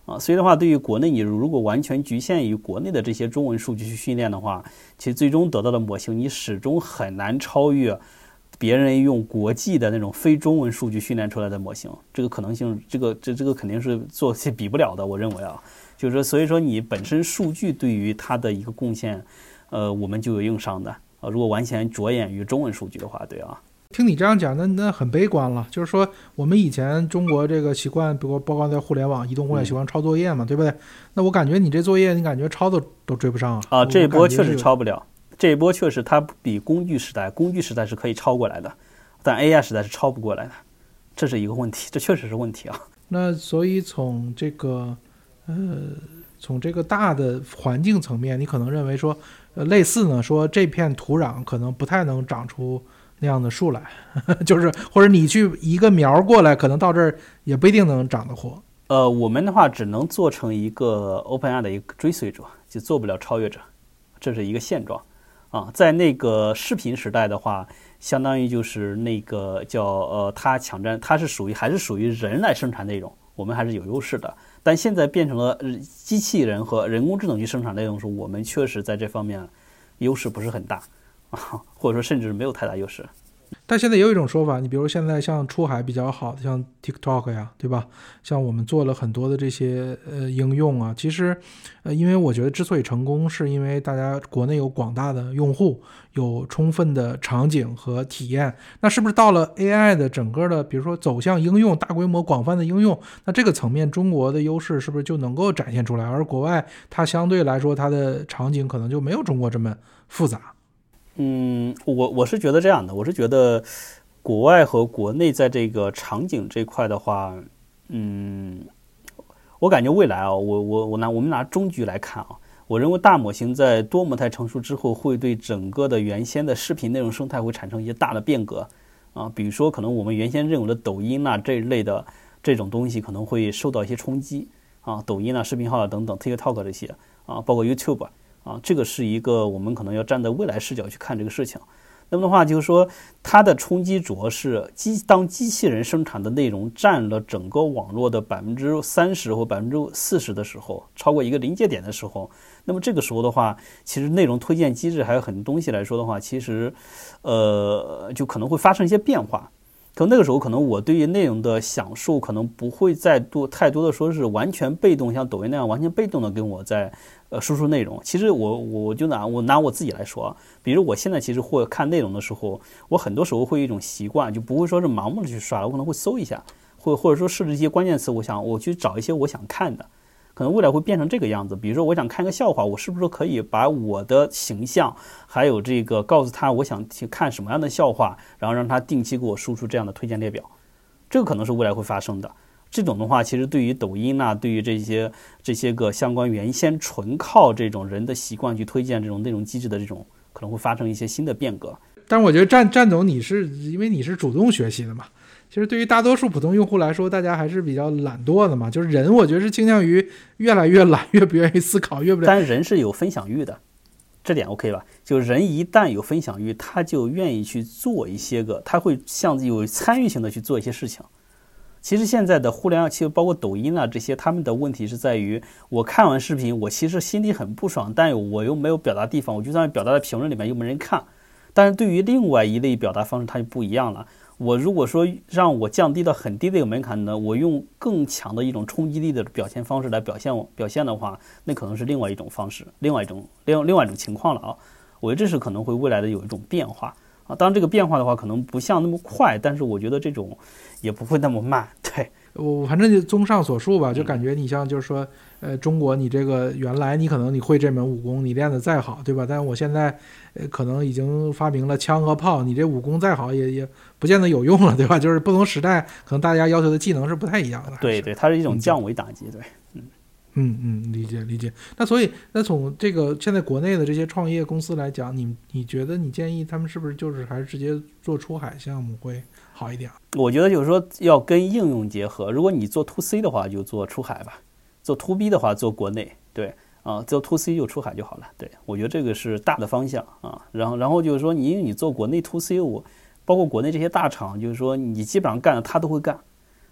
啊，所以的话，对于国内你如果完全局限于国内的这些中文数据去训练的话，其实最终得到的模型你始终很难超越别人用国际的那种非中文数据训练出来的模型，这个可能性，这个这这个肯定是做些比不了的，我认为啊，就是说，所以说你本身数据对于它的一个贡献，呃，我们就有硬伤的啊。如果完全着眼于中文数据的话，对啊。 听你这样讲，那那很悲观了。就是说，我们以前中国这个习惯，比如包括在互联网、移动互联网习惯抄作业嘛，嗯、对不对？那我感觉你这作业，你感觉抄都都追不上啊。 啊，这一波确实抄不了，这一波确实它比工具时代，工具时代是可以抄过来的，但 A I 时代是抄不过来的，这是一个问题，这确实是问题啊。 那所以从这个呃，从这个大的环境层面，你可能认为说，呃，类似呢，说这片土壤可能不太能长出那样的树来，就是或者你去一个苗过来，可能到这儿也不一定能长得活。 呃，我们的话只能做成一个 OpenAI 的一个追随者，就做不了超越者，这是一个现状啊。在那个视频时代的话，相当于就是那个叫呃，它抢占，它是属于还是属于人来生产内容，我们还是有优势的。但现在变成了机器人和人工智能去生产内容的时候，我们确实在这方面优势不是很大。或者说甚至没有太大优势。 但现在也有一种说法，你比如现在像出海比较好的，像 TikTok 呀，对吧？像我们做了很多的这些呃应用啊，其实呃，因为我觉得之所以成功，是因为大家国内有广大的用户，有充分的场景和体验。那是不是到了 A I 的整个的，比如说走向应用、大规模广泛的应用，那这个层面中国的优势是不是就能够展现出来？而国外它相对来说它的场景可能就没有中国这么复杂。 嗯，我我是觉得这样的，我是觉得国外和国内在这个场景这块的话，嗯，我感觉未来啊，我我我拿我们拿中局来看啊，我认为大模型在多模态成熟之后，会对整个的原先的视频内容生态会产生一些大的变革啊，比如说可能我们原先认为的抖音啊这一类的这种东西可能会受到一些冲击啊，抖音啊、视频号啊等等 TikTok 这些啊，包括 YouTube 啊。啊，这个是一个我们可能要站在未来视角去看这个事情。那么的话，就是说它的冲击主要是机当机器人生产的内容占了整个网络的百分之三十或百分之四十的时候，超过一个临界点的时候，那么这个时候的话，其实内容推荐机制还有很多东西来说的话，其实呃就可能会发生一些变化。可能那个时候，可能我对于内容的享受可能不会再多太多的说是完全被动，像抖音那样完全被动的跟我在呃输出内容。其实我我就拿我拿我自己来说，比如我现在其实会看内容的时候，我很多时候会有一种习惯，就不会说是盲目的去刷了，我可能会搜一下，或或者说设置一些关键词，我想我去找一些我想看的。可能未来会变成这个样子，比如说我想看一个笑话，我是不是可以把我的形象还有这个告诉他我想去看什么样的笑话，然后让他定期给我输出这样的推荐列表，这个可能是未来会发生的。这种的话其实对于抖音啊，对于这些这些个相关原先纯靠这种人的习惯去推荐这种内容机制的这种，可能会发生一些新的变革。 但是我觉得战战总你是因为你是主动学习的嘛，其实对于大多数普通用户来说，大家还是比较懒惰的嘛。就是人，我觉得是倾向于越来越懒，越不愿意思考，越不。 但人是有分享欲的，这点 OK 吧？就人一旦有分享欲，他就愿意去做一些个，他会像有参与性的去做一些事情。其实现在的互联网，其实包括抖音啊这些，他们的问题是在于，我看完视频，我其实心里很不爽，但我又没有表达地方，我就算表达在评论里面又没人看。但是对于另外一类表达方式，它就不一样了。我如果说让我降低到很低的一个门槛呢，我用更强的一种冲击力的表现方式来表现表现的话，那可能是另外一种方式，另外一种另另外一种情况了啊。我觉得这是可能会未来的有一种变化啊。当然这个变化的话，可能不像那么快，但是我觉得这种也不会那么慢。对， 我反正就综上所述吧，就感觉你像就是说，呃，中国你这个原来你可能你会这门武功，你练得再好，对吧？但我现在呃可能已经发明了枪和炮，你这武功再好也也不见得有用了，对吧？就是不同时代可能大家要求的技能是不太一样的。 对对，它是一种降维打击，对，嗯嗯嗯，理解理解。那所以那从这个现在国内的这些创业公司来讲，你你觉得你建议他们是不是就是还是直接做出海项目会好一点？ 我觉得就是说要跟应用结合。如果你做 to C 的话，就做出海吧；做 to B 的话，做国内。对啊，做 to C 就出海就好了。对，我觉得这个是大的方向啊。然后然后就是说，你因为你做国内 to C， 我包括国内这些大厂，就是说你基本上干的他都会干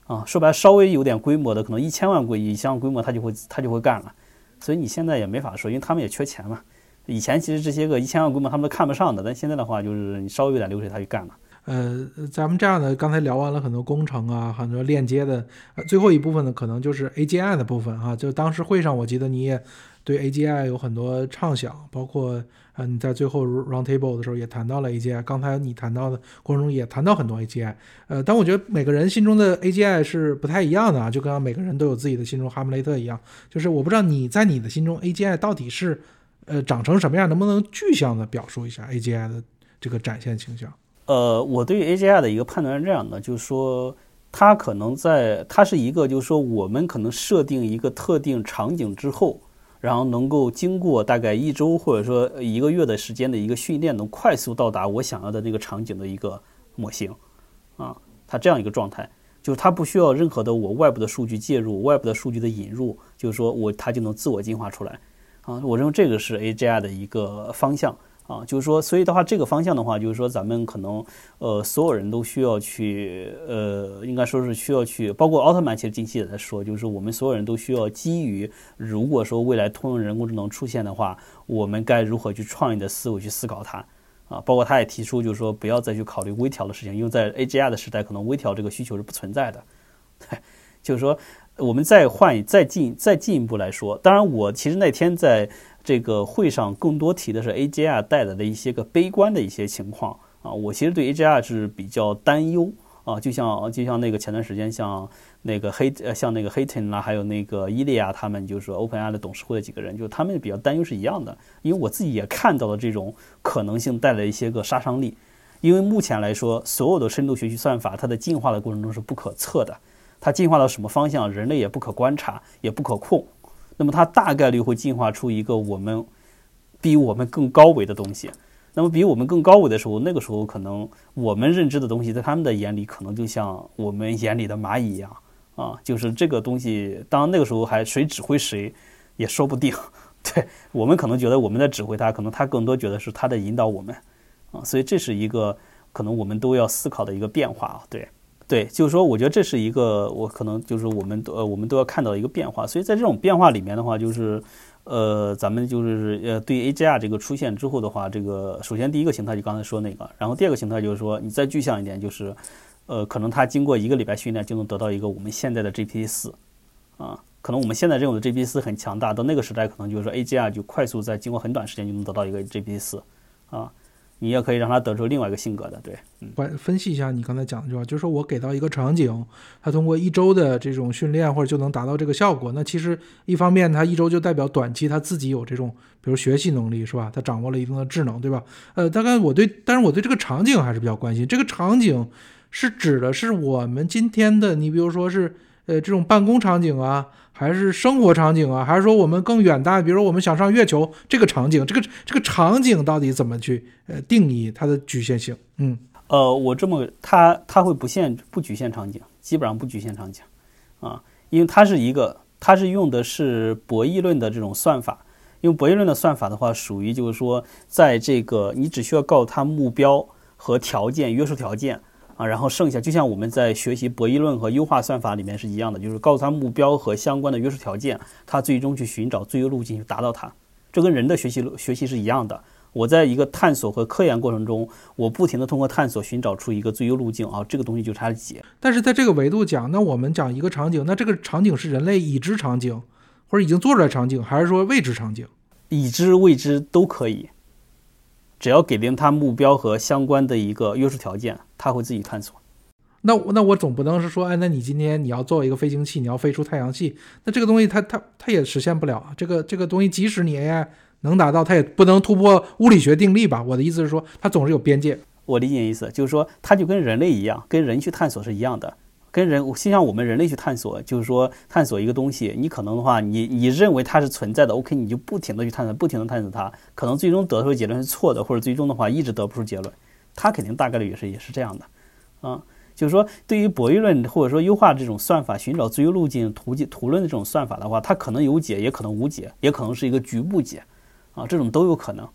啊，说白了稍微有点规模的，可能一千万规以上规模，它就会它就会干了。所以你现在也没法说，因为他们也缺钱嘛。以前其实这些个一千万规模他们都看不上的，但现在的话就是你稍微有点流水他就干了。 呃，咱们这样的刚才聊完了很多工程啊，很多链接的，呃、最后一部分呢，可能就是 A G I 的部分啊。就当时会上，我记得你也对 A G I 有很多畅想，包括呃你在最后 round table 的时候也谈到了 A G I。刚才你谈到的过程中也谈到很多 A G I。呃，但我觉得每个人心中的 A G I 是不太一样的啊，就跟每个人都有自己的心中哈姆雷特一样。就是我不知道你在你的心中 A G I 到底是呃长成什么样，能不能具象的表述一下 A G I 的这个展现倾向？ 呃，我对于 A G I 的一个判断是这样的，就是说它可能在，它是一个，就是说我们可能设定一个特定场景之后，然后能够经过大概一周或者说一个月的时间的一个训练，能快速到达我想要的那个场景的一个模型啊，它这样一个状态，就是它不需要任何的我外部的数据介入，外部的数据的引入，就是说我它就能自我进化出来啊。我认为这个是 A G I 的一个方向。啊，就是说，所以的话，这个方向的话，就是说，咱们可能，呃，所有人都需要去，呃，应该说是需要去，包括奥特曼，其实近期也在说，就是我们所有人都需要基于，如果说未来通用人工智能出现的话，我们该如何去创意的思维去思考它，啊，包括他也提出，就是说，不要再去考虑微调的事情，因为在 A G I 的时代，可能微调这个需求是不存在的，对，就是说，我们再换再进再进一步来说，当然，我其实那天在这个会上更多提的是 A G I 带来的一些个悲观的一些情况啊，我其实对 A G I 是比较担忧啊，就像就像那个前段时间像那个黑呃像那个 Hayton 啦，还有那个伊利亚他们就是 OpenAI 的董事会的几个人，就他们比较担忧是一样的，因为我自己也看到了这种可能性带来一些个杀伤力，因为目前来说，所有的深度学习算法它的进化的过程中是不可测的，它进化到什么方向，人类也不可观察，也不可控。那么它大概率会进化出一个我们比我们更高维的东西。那么比我们更高维的时候，那个时候可能我们认知的东西，在他们的眼里可能就像我们眼里的蚂蚁一样啊，就是这个东西，当然那个时候还谁指挥谁也说不定。对，我们可能觉得我们在指挥他，可能他更多觉得是他在引导我们啊，所以这是一个可能我们都要思考的一个变化啊，对。对，就是说，我觉得这是一个我可能就是我们呃我们都要看到一个变化，所以在这种变化里面的话，就是呃咱们就是呃对 A G I 这个出现之后的话，这个首先第一个形态就刚才说那个，然后第二个形态就是说你再具象一点，就是呃可能它经过一个礼拜训练就能得到一个我们现在的 G P T 四啊，可能我们现在这种的 G P T 四很强大，到那个时代可能就是说 A G I 就快速在经过很短时间就能得到一个 G P T 四啊。你也可以让它得出另外一个性格的，对， 嗯，分析一下你刚才讲的这话，就是说我给到一个场景，它通过一周的这种训练或者就能达到这个效果。那其实一方面，它一周就代表短期它自己有这种，比如学习能力，是吧？它掌握了一定的智能，对吧？呃，大概我对，但是我对这个场景还是比较关心。这个场景是指的是我们今天的，你比如说是呃这种办公场景啊。还是生活场景啊，还是说我们更远大，比如说我们想上月球这个场景，这个这个场景到底怎么去呃定义它的局限性？嗯， 呃，我这么它它会不限不局限场景，基本上不局限场景啊，因为它是一个它是用的是博弈论的这种算法，因为博弈论的算法的话，属于就是说在这个你只需要告诉它目标和条件约束条件。啊，然后剩下就像我们在学习博弈论和优化算法里面是一样的，就是告诉他目标和相关的约束条件，他最终去寻找最优路径去达到它。这跟人的学习学习是一样的。我在一个探索和科研过程中，我不停的通过探索寻找出一个最优路径啊，这个东西就是它的解。 但是在这个维度讲，那我们讲一个场景，那这个场景是人类已知场景，或者已经做出来场景，还是说未知场景？ 已知未知都可以。只要给定它目标和相关的一个约束条件，它会自己探索。 那那我总不能是说，哎，那你今天你要做一个飞行器，你要飞出太阳系，那这个东西它它它也实现不了啊。这个这个东西，即使你 A I 能达到，它也不能突破物理学定律吧？我的意思是说，它总是有边界。 我理解的意思就是说，它就跟人类一样，跟人去探索是一样的。跟人，就像我们人类去探索，就是说探索一个东西，你可能的话，你你认为它是存在的 ，OK， 你就不停的去探索，不停的探索它，可能最终得出的结论是错的，或者最终的话一直得不出结论，它肯定大概率也是也是这样的，啊，就是说对于博弈论或者说优化这种算法，寻找最优路径途径图论的这种算法的话，它可能有解，也可能无解，也可能是一个局部解，啊，这种都有可能。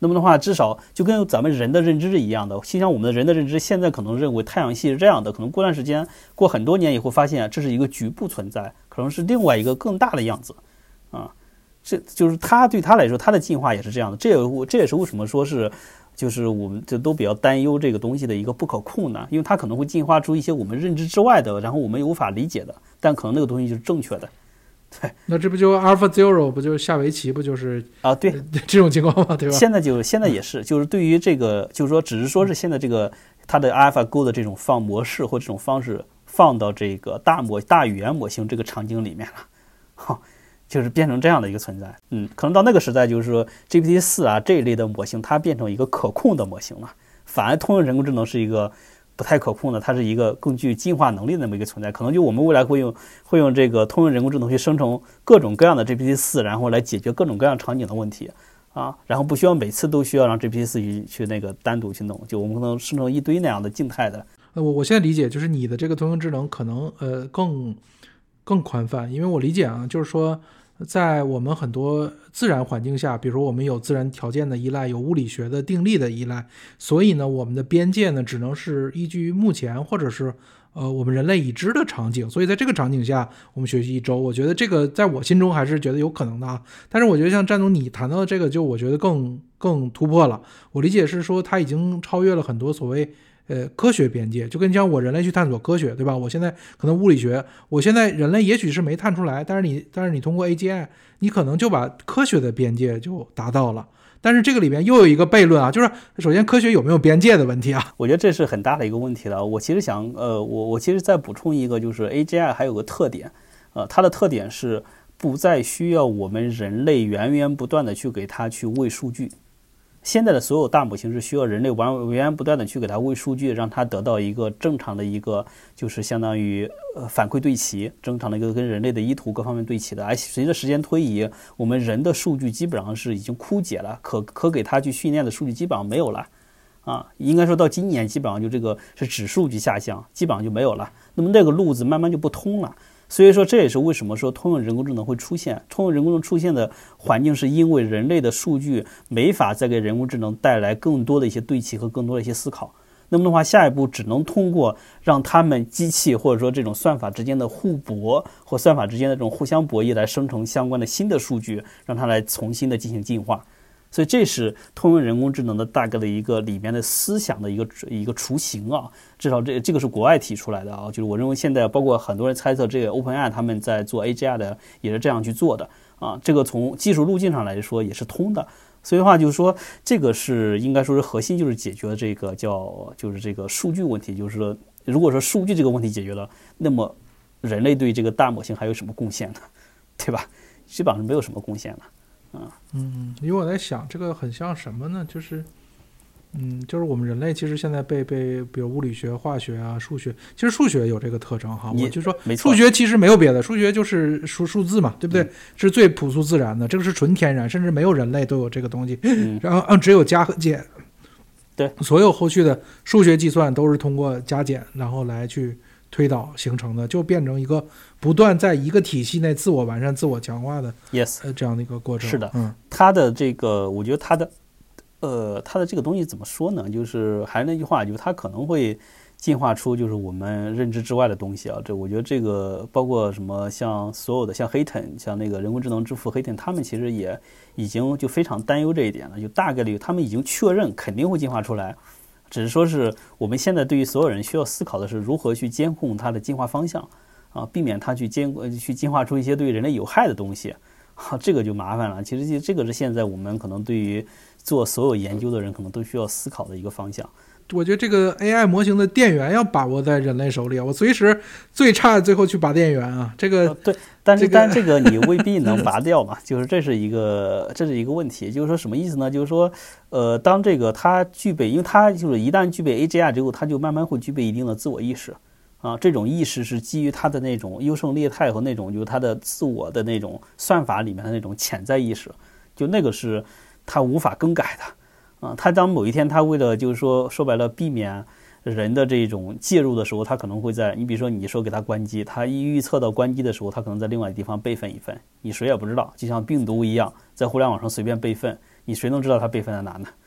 那么的话，至少就跟咱们人的认知是一样的。就像我们的人的认知，现在可能认为太阳系是这样的，可能过段时间，过很多年以后发现这是一个局部存在，可能是另外一个更大的样子啊。这就是他对他来说，他的进化也是这样的。这也这也是为什么说是，就是我们这都比较担忧这个东西的一个不可控呢？因为它可能会进化出一些我们认知之外的，然后我们无法理解的，但可能那个东西就是正确的。对， 那这不就 Alpha Zero 不就是下围棋不就是啊？对， 这种情况吗？对吧？ 现在就现在也是，就是对于这个，就是说，只是说是现在这个它的 AlphaGo 的这种放模式或这种方式放到这个大模大语言模型这个场景里面了，哈，就是变成这样的一个存在。嗯，可能到那个时代，就是说 G P T 四 啊这一类的模型，它变成一个可控的模型了，反而通用人工智能是一个不太可控的，它是一个更具进化能力的那么一个存在。可能就我们未来会用会用这个通用人工智能去生成各种各样的 G P T 四，然后来解决各种各样场景的问题啊，然后不需要每次都需要让 G P T 四去去那个单独去弄，就我们可能生成一堆那样的静态的。 呃，我我现在理解就是你的这个通用智能可能呃更更宽泛，因为我理解啊，就是说在我们很多自然环境下，比如说我们有自然条件的依赖，有物理学的定律的依赖，所以呢，我们的边界呢只能是依据于目前或者是呃我们人类已知的场景，所以在这个场景下，我们学习一周，我觉得这个在我心中还是觉得有可能的啊。但是我觉得像战总你谈到的这个，就我觉得更更突破了。我理解是说，它已经超越了很多所谓呃，科学边界，就跟像我人类去探索科学，对吧？我现在可能物理学，我现在人类也许是没探出来，但是你，但是你通过 A G I， 你可能就把科学的边界就达到了。但是这个里面又有一个悖论啊，就是首先科学有没有边界的问题啊？ 我觉得这是很大的一个问题了。我其实想，呃，我我其实再补充一个，就是 A G I 还有个特点，呃，它的特点是不再需要我们人类源源不断的去给它去喂数据。现在的所有大模型是需要人类源源不断的去给它喂数据，让它得到一个正常的一个，就是相当于呃反馈对齐，正常的一个跟人类的意图各方面对齐的。而随着时间推移，我们人的数据基本上是已经枯竭了，可可给它去训练的数据基本上没有了，啊，应该说到今年基本上就这个是指数据下降，基本上就没有了。那么那个路子慢慢就不通了。所以说这也是为什么说通用人工智能会出现。通用人工智能出现的环境是因为人类的数据没法再给人工智能带来更多的一些对齐和更多的一些思考。那么的话，下一步只能通过让他们机器或者说这种算法之间的互搏或算法之间的这种互相博弈来生成相关的新的数据，让它来重新的进行进化。所以这是通用人工智能的大概的一个里面的思想的一个一个雏形啊，至少这这个是国外提出来的啊，就是我认为现在包括很多人猜测这个 OpenAI 他们在做 A G I 的也是这样去做的啊，这个从技术路径上来说也是通的。所以的话就是说，这个是应该说是核心，就是解决这个叫就是这个数据问题，就是说如果说数据这个问题解决了，那么人类对这个大模型还有什么贡献呢？对吧？基本上是没有什么贡献了。 嗯，因为我在想，这个很像什么呢？就是，嗯，就是我们人类其实现在被被，比如物理学、化学啊、数学，其实数学有这个特征哈。我就说，数学其实没有别的，数学就是数数字嘛，对不对？嗯、是最朴素自然的，这个是纯天然，甚至没有人类都有这个东西。嗯、然后，嗯，只有加和减。 对， 所有后续的数学计算都是通过加减，然后来去推导形成的，就变成一个不断在一个体系内自我完善、自我强化的 yes 呃这样的一个过程。 是的， 嗯， 它的这个，我觉得它的，呃，它的这个东西怎么说呢？就是还是那句话，就是它可能会进化出就是我们认知之外的东西啊。这我觉得这个包括什么，像所有的像黑腾，像那个人工智能之父黑腾，他们其实也已经就非常担忧这一点了，就大概率他们已经确认肯定会进化出来。只是说是我们现在对于所有人需要思考的是如何去监控它的进化方向啊，避免它去监去进化出一些对人类有害的东西啊，这个就麻烦了。其实这个是现在我们可能对于做所有研究的人可能都需要思考的一个方向。 我觉得这个 A I 模型的电源要把握在人类手里啊，我随时最差最后去拔电源啊，这个、 呃、对，但是、这个、但这个你未必能拔掉嘛，就是这是一个这是一个问题，就是说什么意思呢？就是说，呃，当这个它具备，因为它就是一旦具备 A G I 之后，它就慢慢会具备一定的自我意识啊，这种意识是基于它的那种优胜劣汰和那种就是它的自我的那种算法里面的那种潜在意识，就那个是它无法更改的。啊，他当某一天他为了就是说说白了避免人的这种介入的时候，他可能会在你比如说你说给他关机，他一预测到关机的时候，他可能在另外的地方备份一份，你谁也不知道，就像病毒一样，在互联网上随便备份，你谁能知道他备份在哪呢？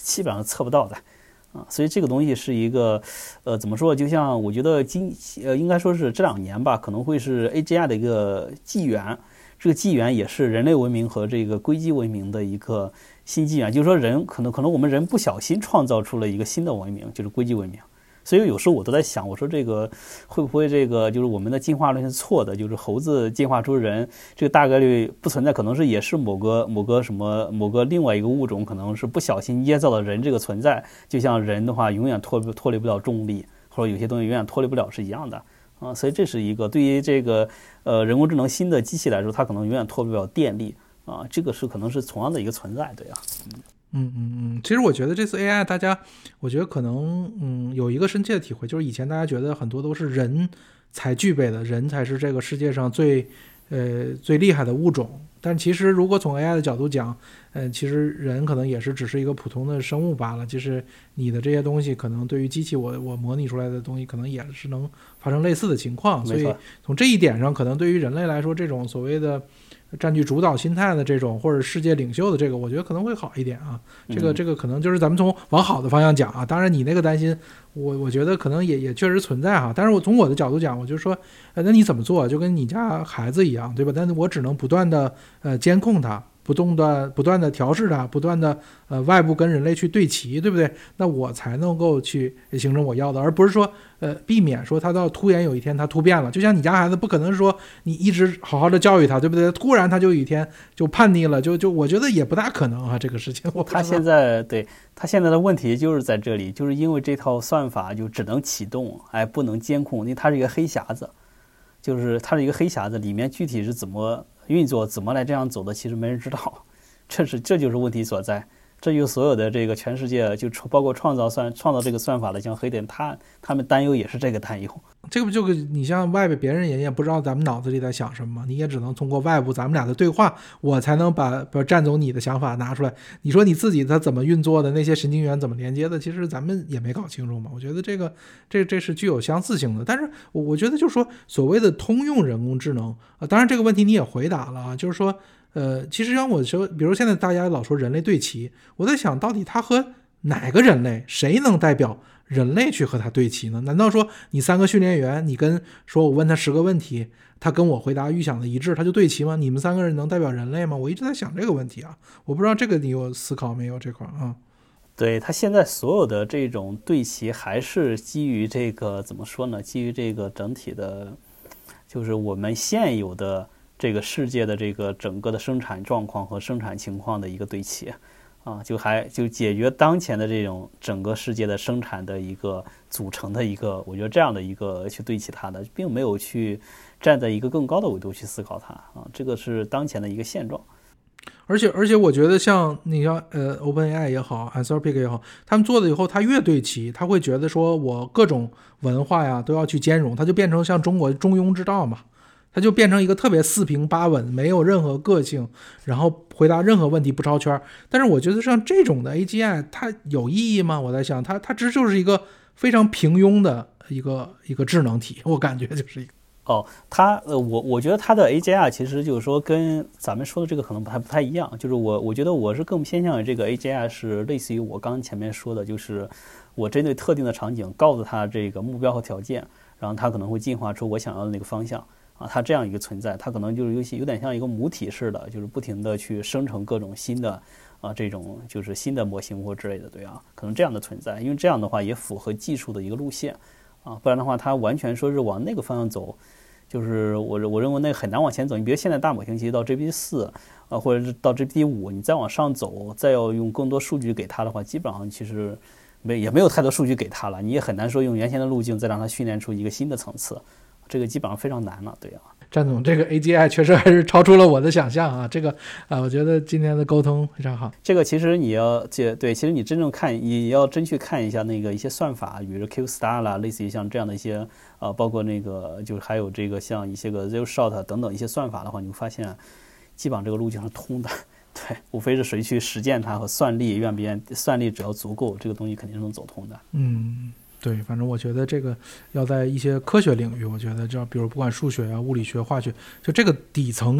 基本上测不到的。啊，所以这个东西是一个，呃，怎么说？就像我觉得今呃，应该说是这两年吧，可能会是 A G I 的一个纪元。这个纪元也是人类文明和这个硅基文明的一个新纪元。就是说，人可能可能我们人不小心创造出了一个新的文明，就是硅基文明。所以有时候我都在想，我说这个会不会这个就是我们的进化论是错的？就是猴子进化出人，这个大概率不存在，可能是也是某个某个什么某个另外一个物种，可能是不小心捏造了人这个存在。就像人的话，永远脱脱离不了重力，或者有些东西永远脱离不了是一样的啊。所以这是一个对于这个呃人工智能新的机器来说，它可能永远脱离不了电力啊。这个是可能是同样的一个存在，对啊，嗯。 嗯嗯嗯，其实我觉得这次 A I 大家，我觉得可能嗯有一个深切的体会，就是以前大家觉得很多都是人才具备的，人才是这个世界上最呃最厉害的物种。但其实如果从 A I 的角度讲，呃，其实人可能也是只是一个普通的生物罢了。就是你的这些东西，可能对于机器我我模拟出来的东西，可能也是能发生类似的情况。所以从这一点上，可能对于人类来说，这种所谓的占据主导心态的这种，或者世界领袖的这个，我觉得可能会好一点啊。这个这个可能就是咱们从往好的方向讲啊。当然你那个担心，我我觉得可能也也确实存在哈。但是我从我的角度讲，我就说，呃，那你怎么做？就跟你家孩子一样，对吧？但是我只能不断的呃监控他。不断的不断的调试它，不断的呃外部跟人类去对齐，对不对？那我才能够去形成我要的，而不是说呃避免说它到突然有一天它突变了。就像你家孩子不可能说你一直好好的教育他，对不对？突然他就有一天就叛逆了，就就我觉得也不大可能啊，这个事情。 他现在对他现在的问题就是在这里，就是因为这套算法就只能启动，哎，不能监控，因为它是一个黑匣子，就是它是一个黑匣子，里面具体是怎么运作，怎么来这样走的，其实没人知道。这是这就是问题所在。这就所有的这个全世界，就包括创造算创造这个算法的，像黑点，他他们担忧也是这个担忧。 这个不就你像外边别人也也不知道咱们脑子里在想什么，你也只能通过外部咱们俩的对话，我才能把把占走你的想法拿出来。你说你自己它怎么运作的，那些神经元怎么连接的，其实咱们也没搞清楚嘛。我觉得这个这这是具有相似性的。但是我我觉得就是说所谓的通用人工智能啊、呃，当然这个问题你也回答了啊，就是说。呃，其实让我说，比如现在大家老说人类对齐，我在想到底他和哪个人类，谁能代表人类去和他对齐呢？难道说你三个训练员，你跟说我问他十个问题，他跟我回答预想的一致，他就对齐吗？你们三个人能代表人类吗？我一直在想这个问题啊，我不知道这个你有思考没有这块啊？ 对，他现在所有的这种对齐还是基于这个怎么说呢？基于这个整体的，就是我们现有的。这个世界的这个整个的生产状况和生产情况的一个对齐，啊，就还就解决当前的这种整个世界的生产的一个组成的一个，我觉得这样的一个去对齐它的，并没有去站在一个更高的维度去思考它啊，这个是当前的一个现状。 而且而且我觉得像你像呃 OpenAI 也好 Anthropic 也好，他们做了以后，他越对齐，他会觉得说我各种文化呀都要去兼容，它就变成像中国中庸之道嘛。它就变成一个特别四平八稳，没有任何个性，然后回答任何问题不超圈。但是我觉得像这种的 A G I 它有意义吗？我在想它它只就是一个非常平庸的一个一个智能体，我感觉就是一个哦，它呃我我觉得它的 A G I 其实就是说跟咱们说的这个可能还不太一样，就是我我觉得我是更偏向于这个 A G I 是类似于我刚前面说的，就是我针对特定的场景告诉它这个目标和条件，然后它可能会进化出我想要的那个方向。啊，它这样一个存在，它可能就是有些有点像一个母体似的，就是不停的去生成各种新的啊这种就是新的模型或之类的，对啊，可能这样的存在，因为这样的话也符合技术的一个路线啊，不然的话它完全说是往那个方向走，就是我我认为那个很难往前走。你比如现在大模型其实到 G P T 四啊，或者是到 G P T 五，你再往上走，再要用更多数据给它的话，基本上其实没也没有太多数据给它了，你也很难说用原先的路径再让它训练出一个新的层次。这个基本上非常难了，对啊。 詹总，这个 A G I 确实还是超出了我的想象啊！这个啊，我觉得今天的沟通非常好。 这个其实你要这对，其实你真正看，也要真去看一下那个一些算法，比如 Q star 啦，类似于像这样的一些呃，包括那个就是还有这个像一些个 zero shot 等等一些算法的话，你会发现基本上这个路径是通的。对，无非是谁去实践它和算力，愿不愿算力只要足够，这个东西肯定是能走通的。 嗯。对，反正我觉得这个要在一些科学领域，我觉得这比如不管数学啊、物理学、化学，就这个底层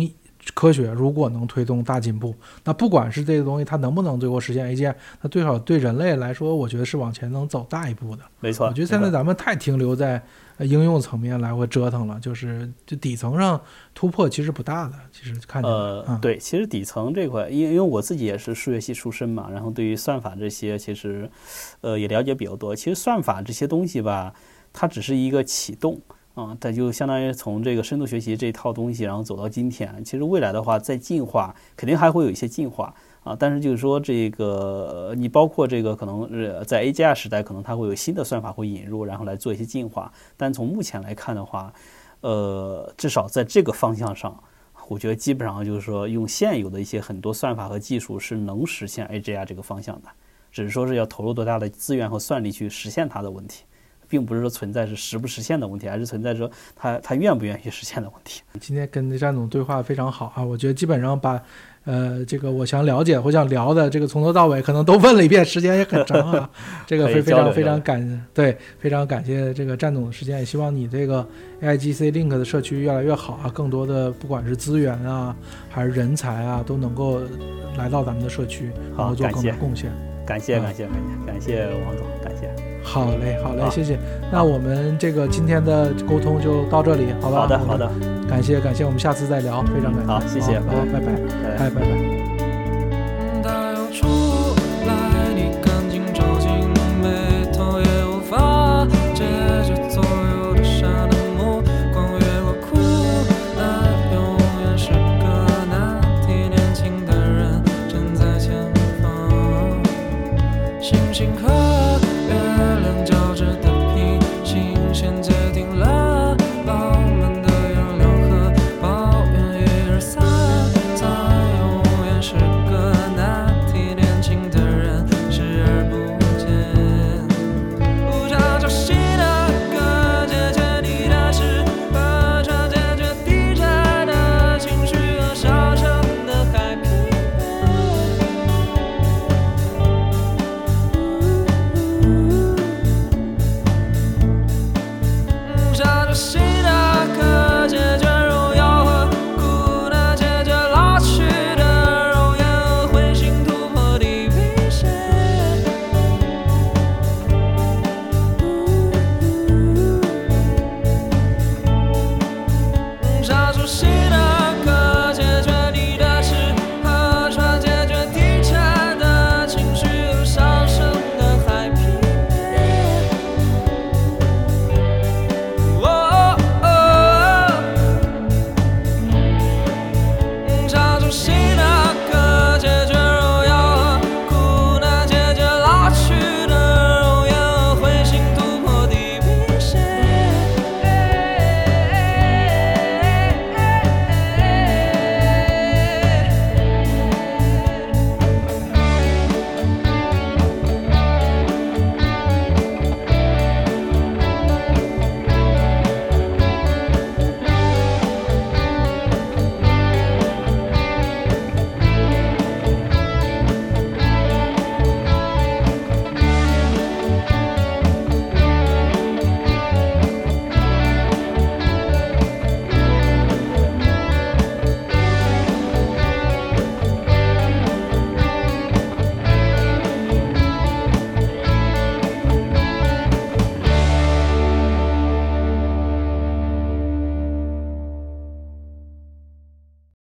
科学如果能推动大进步，那不管是这个东西它能不能最后实现 A G I， 那最少对人类来说，我觉得是往前能走大一步的。 没错， 我觉得现在咱们太停留在应用层面来回折腾了，就是就底层上突破其实不大的。其实看起来， 呃， 嗯、 对，其实底层这块，因为因为我自己也是数学系出身嘛，然后对于算法这些，其实呃也了解比较多。其实算法这些东西吧，它只是一个启动。啊，它就相当于从这个深度学习这一套东西，然后走到今天。其实未来的话，再进化，肯定还会有一些进化啊。但是就是说，这个你包括这个可能呃在 A G I 时代，可能它会有新的算法会引入，然后来做一些进化。但从目前来看的话，呃，至少在这个方向上，我觉得基本上就是说，用现有的一些很多算法和技术是能实现 A G I 这个方向的，只是说是要投入多大的资源和算力去实现它的问题。并不是说存在是实不实现的问题，而是存在说他他愿不愿意实现的问题。 今天跟詹总对话非常好啊，我觉得基本上把呃这个我想了解我想聊的这个从头到尾可能都问了一遍，时间也很长啊。这个非非常非常感对非常感谢这个詹总的时间，也希望你这个 A I G C Link 的社区越来越好啊，更多的不管是资源啊还是人才啊都能够来到咱们的社区，然后做更多贡献。 感谢感谢感谢感谢王总，感谢。 好嘞好嘞，谢谢。那我们这个今天的沟通就到这里，好吧？ 好的好的， 感谢感谢，我们下次再聊，非常感谢。 好，谢谢， 好，拜拜，哎，拜拜。shame.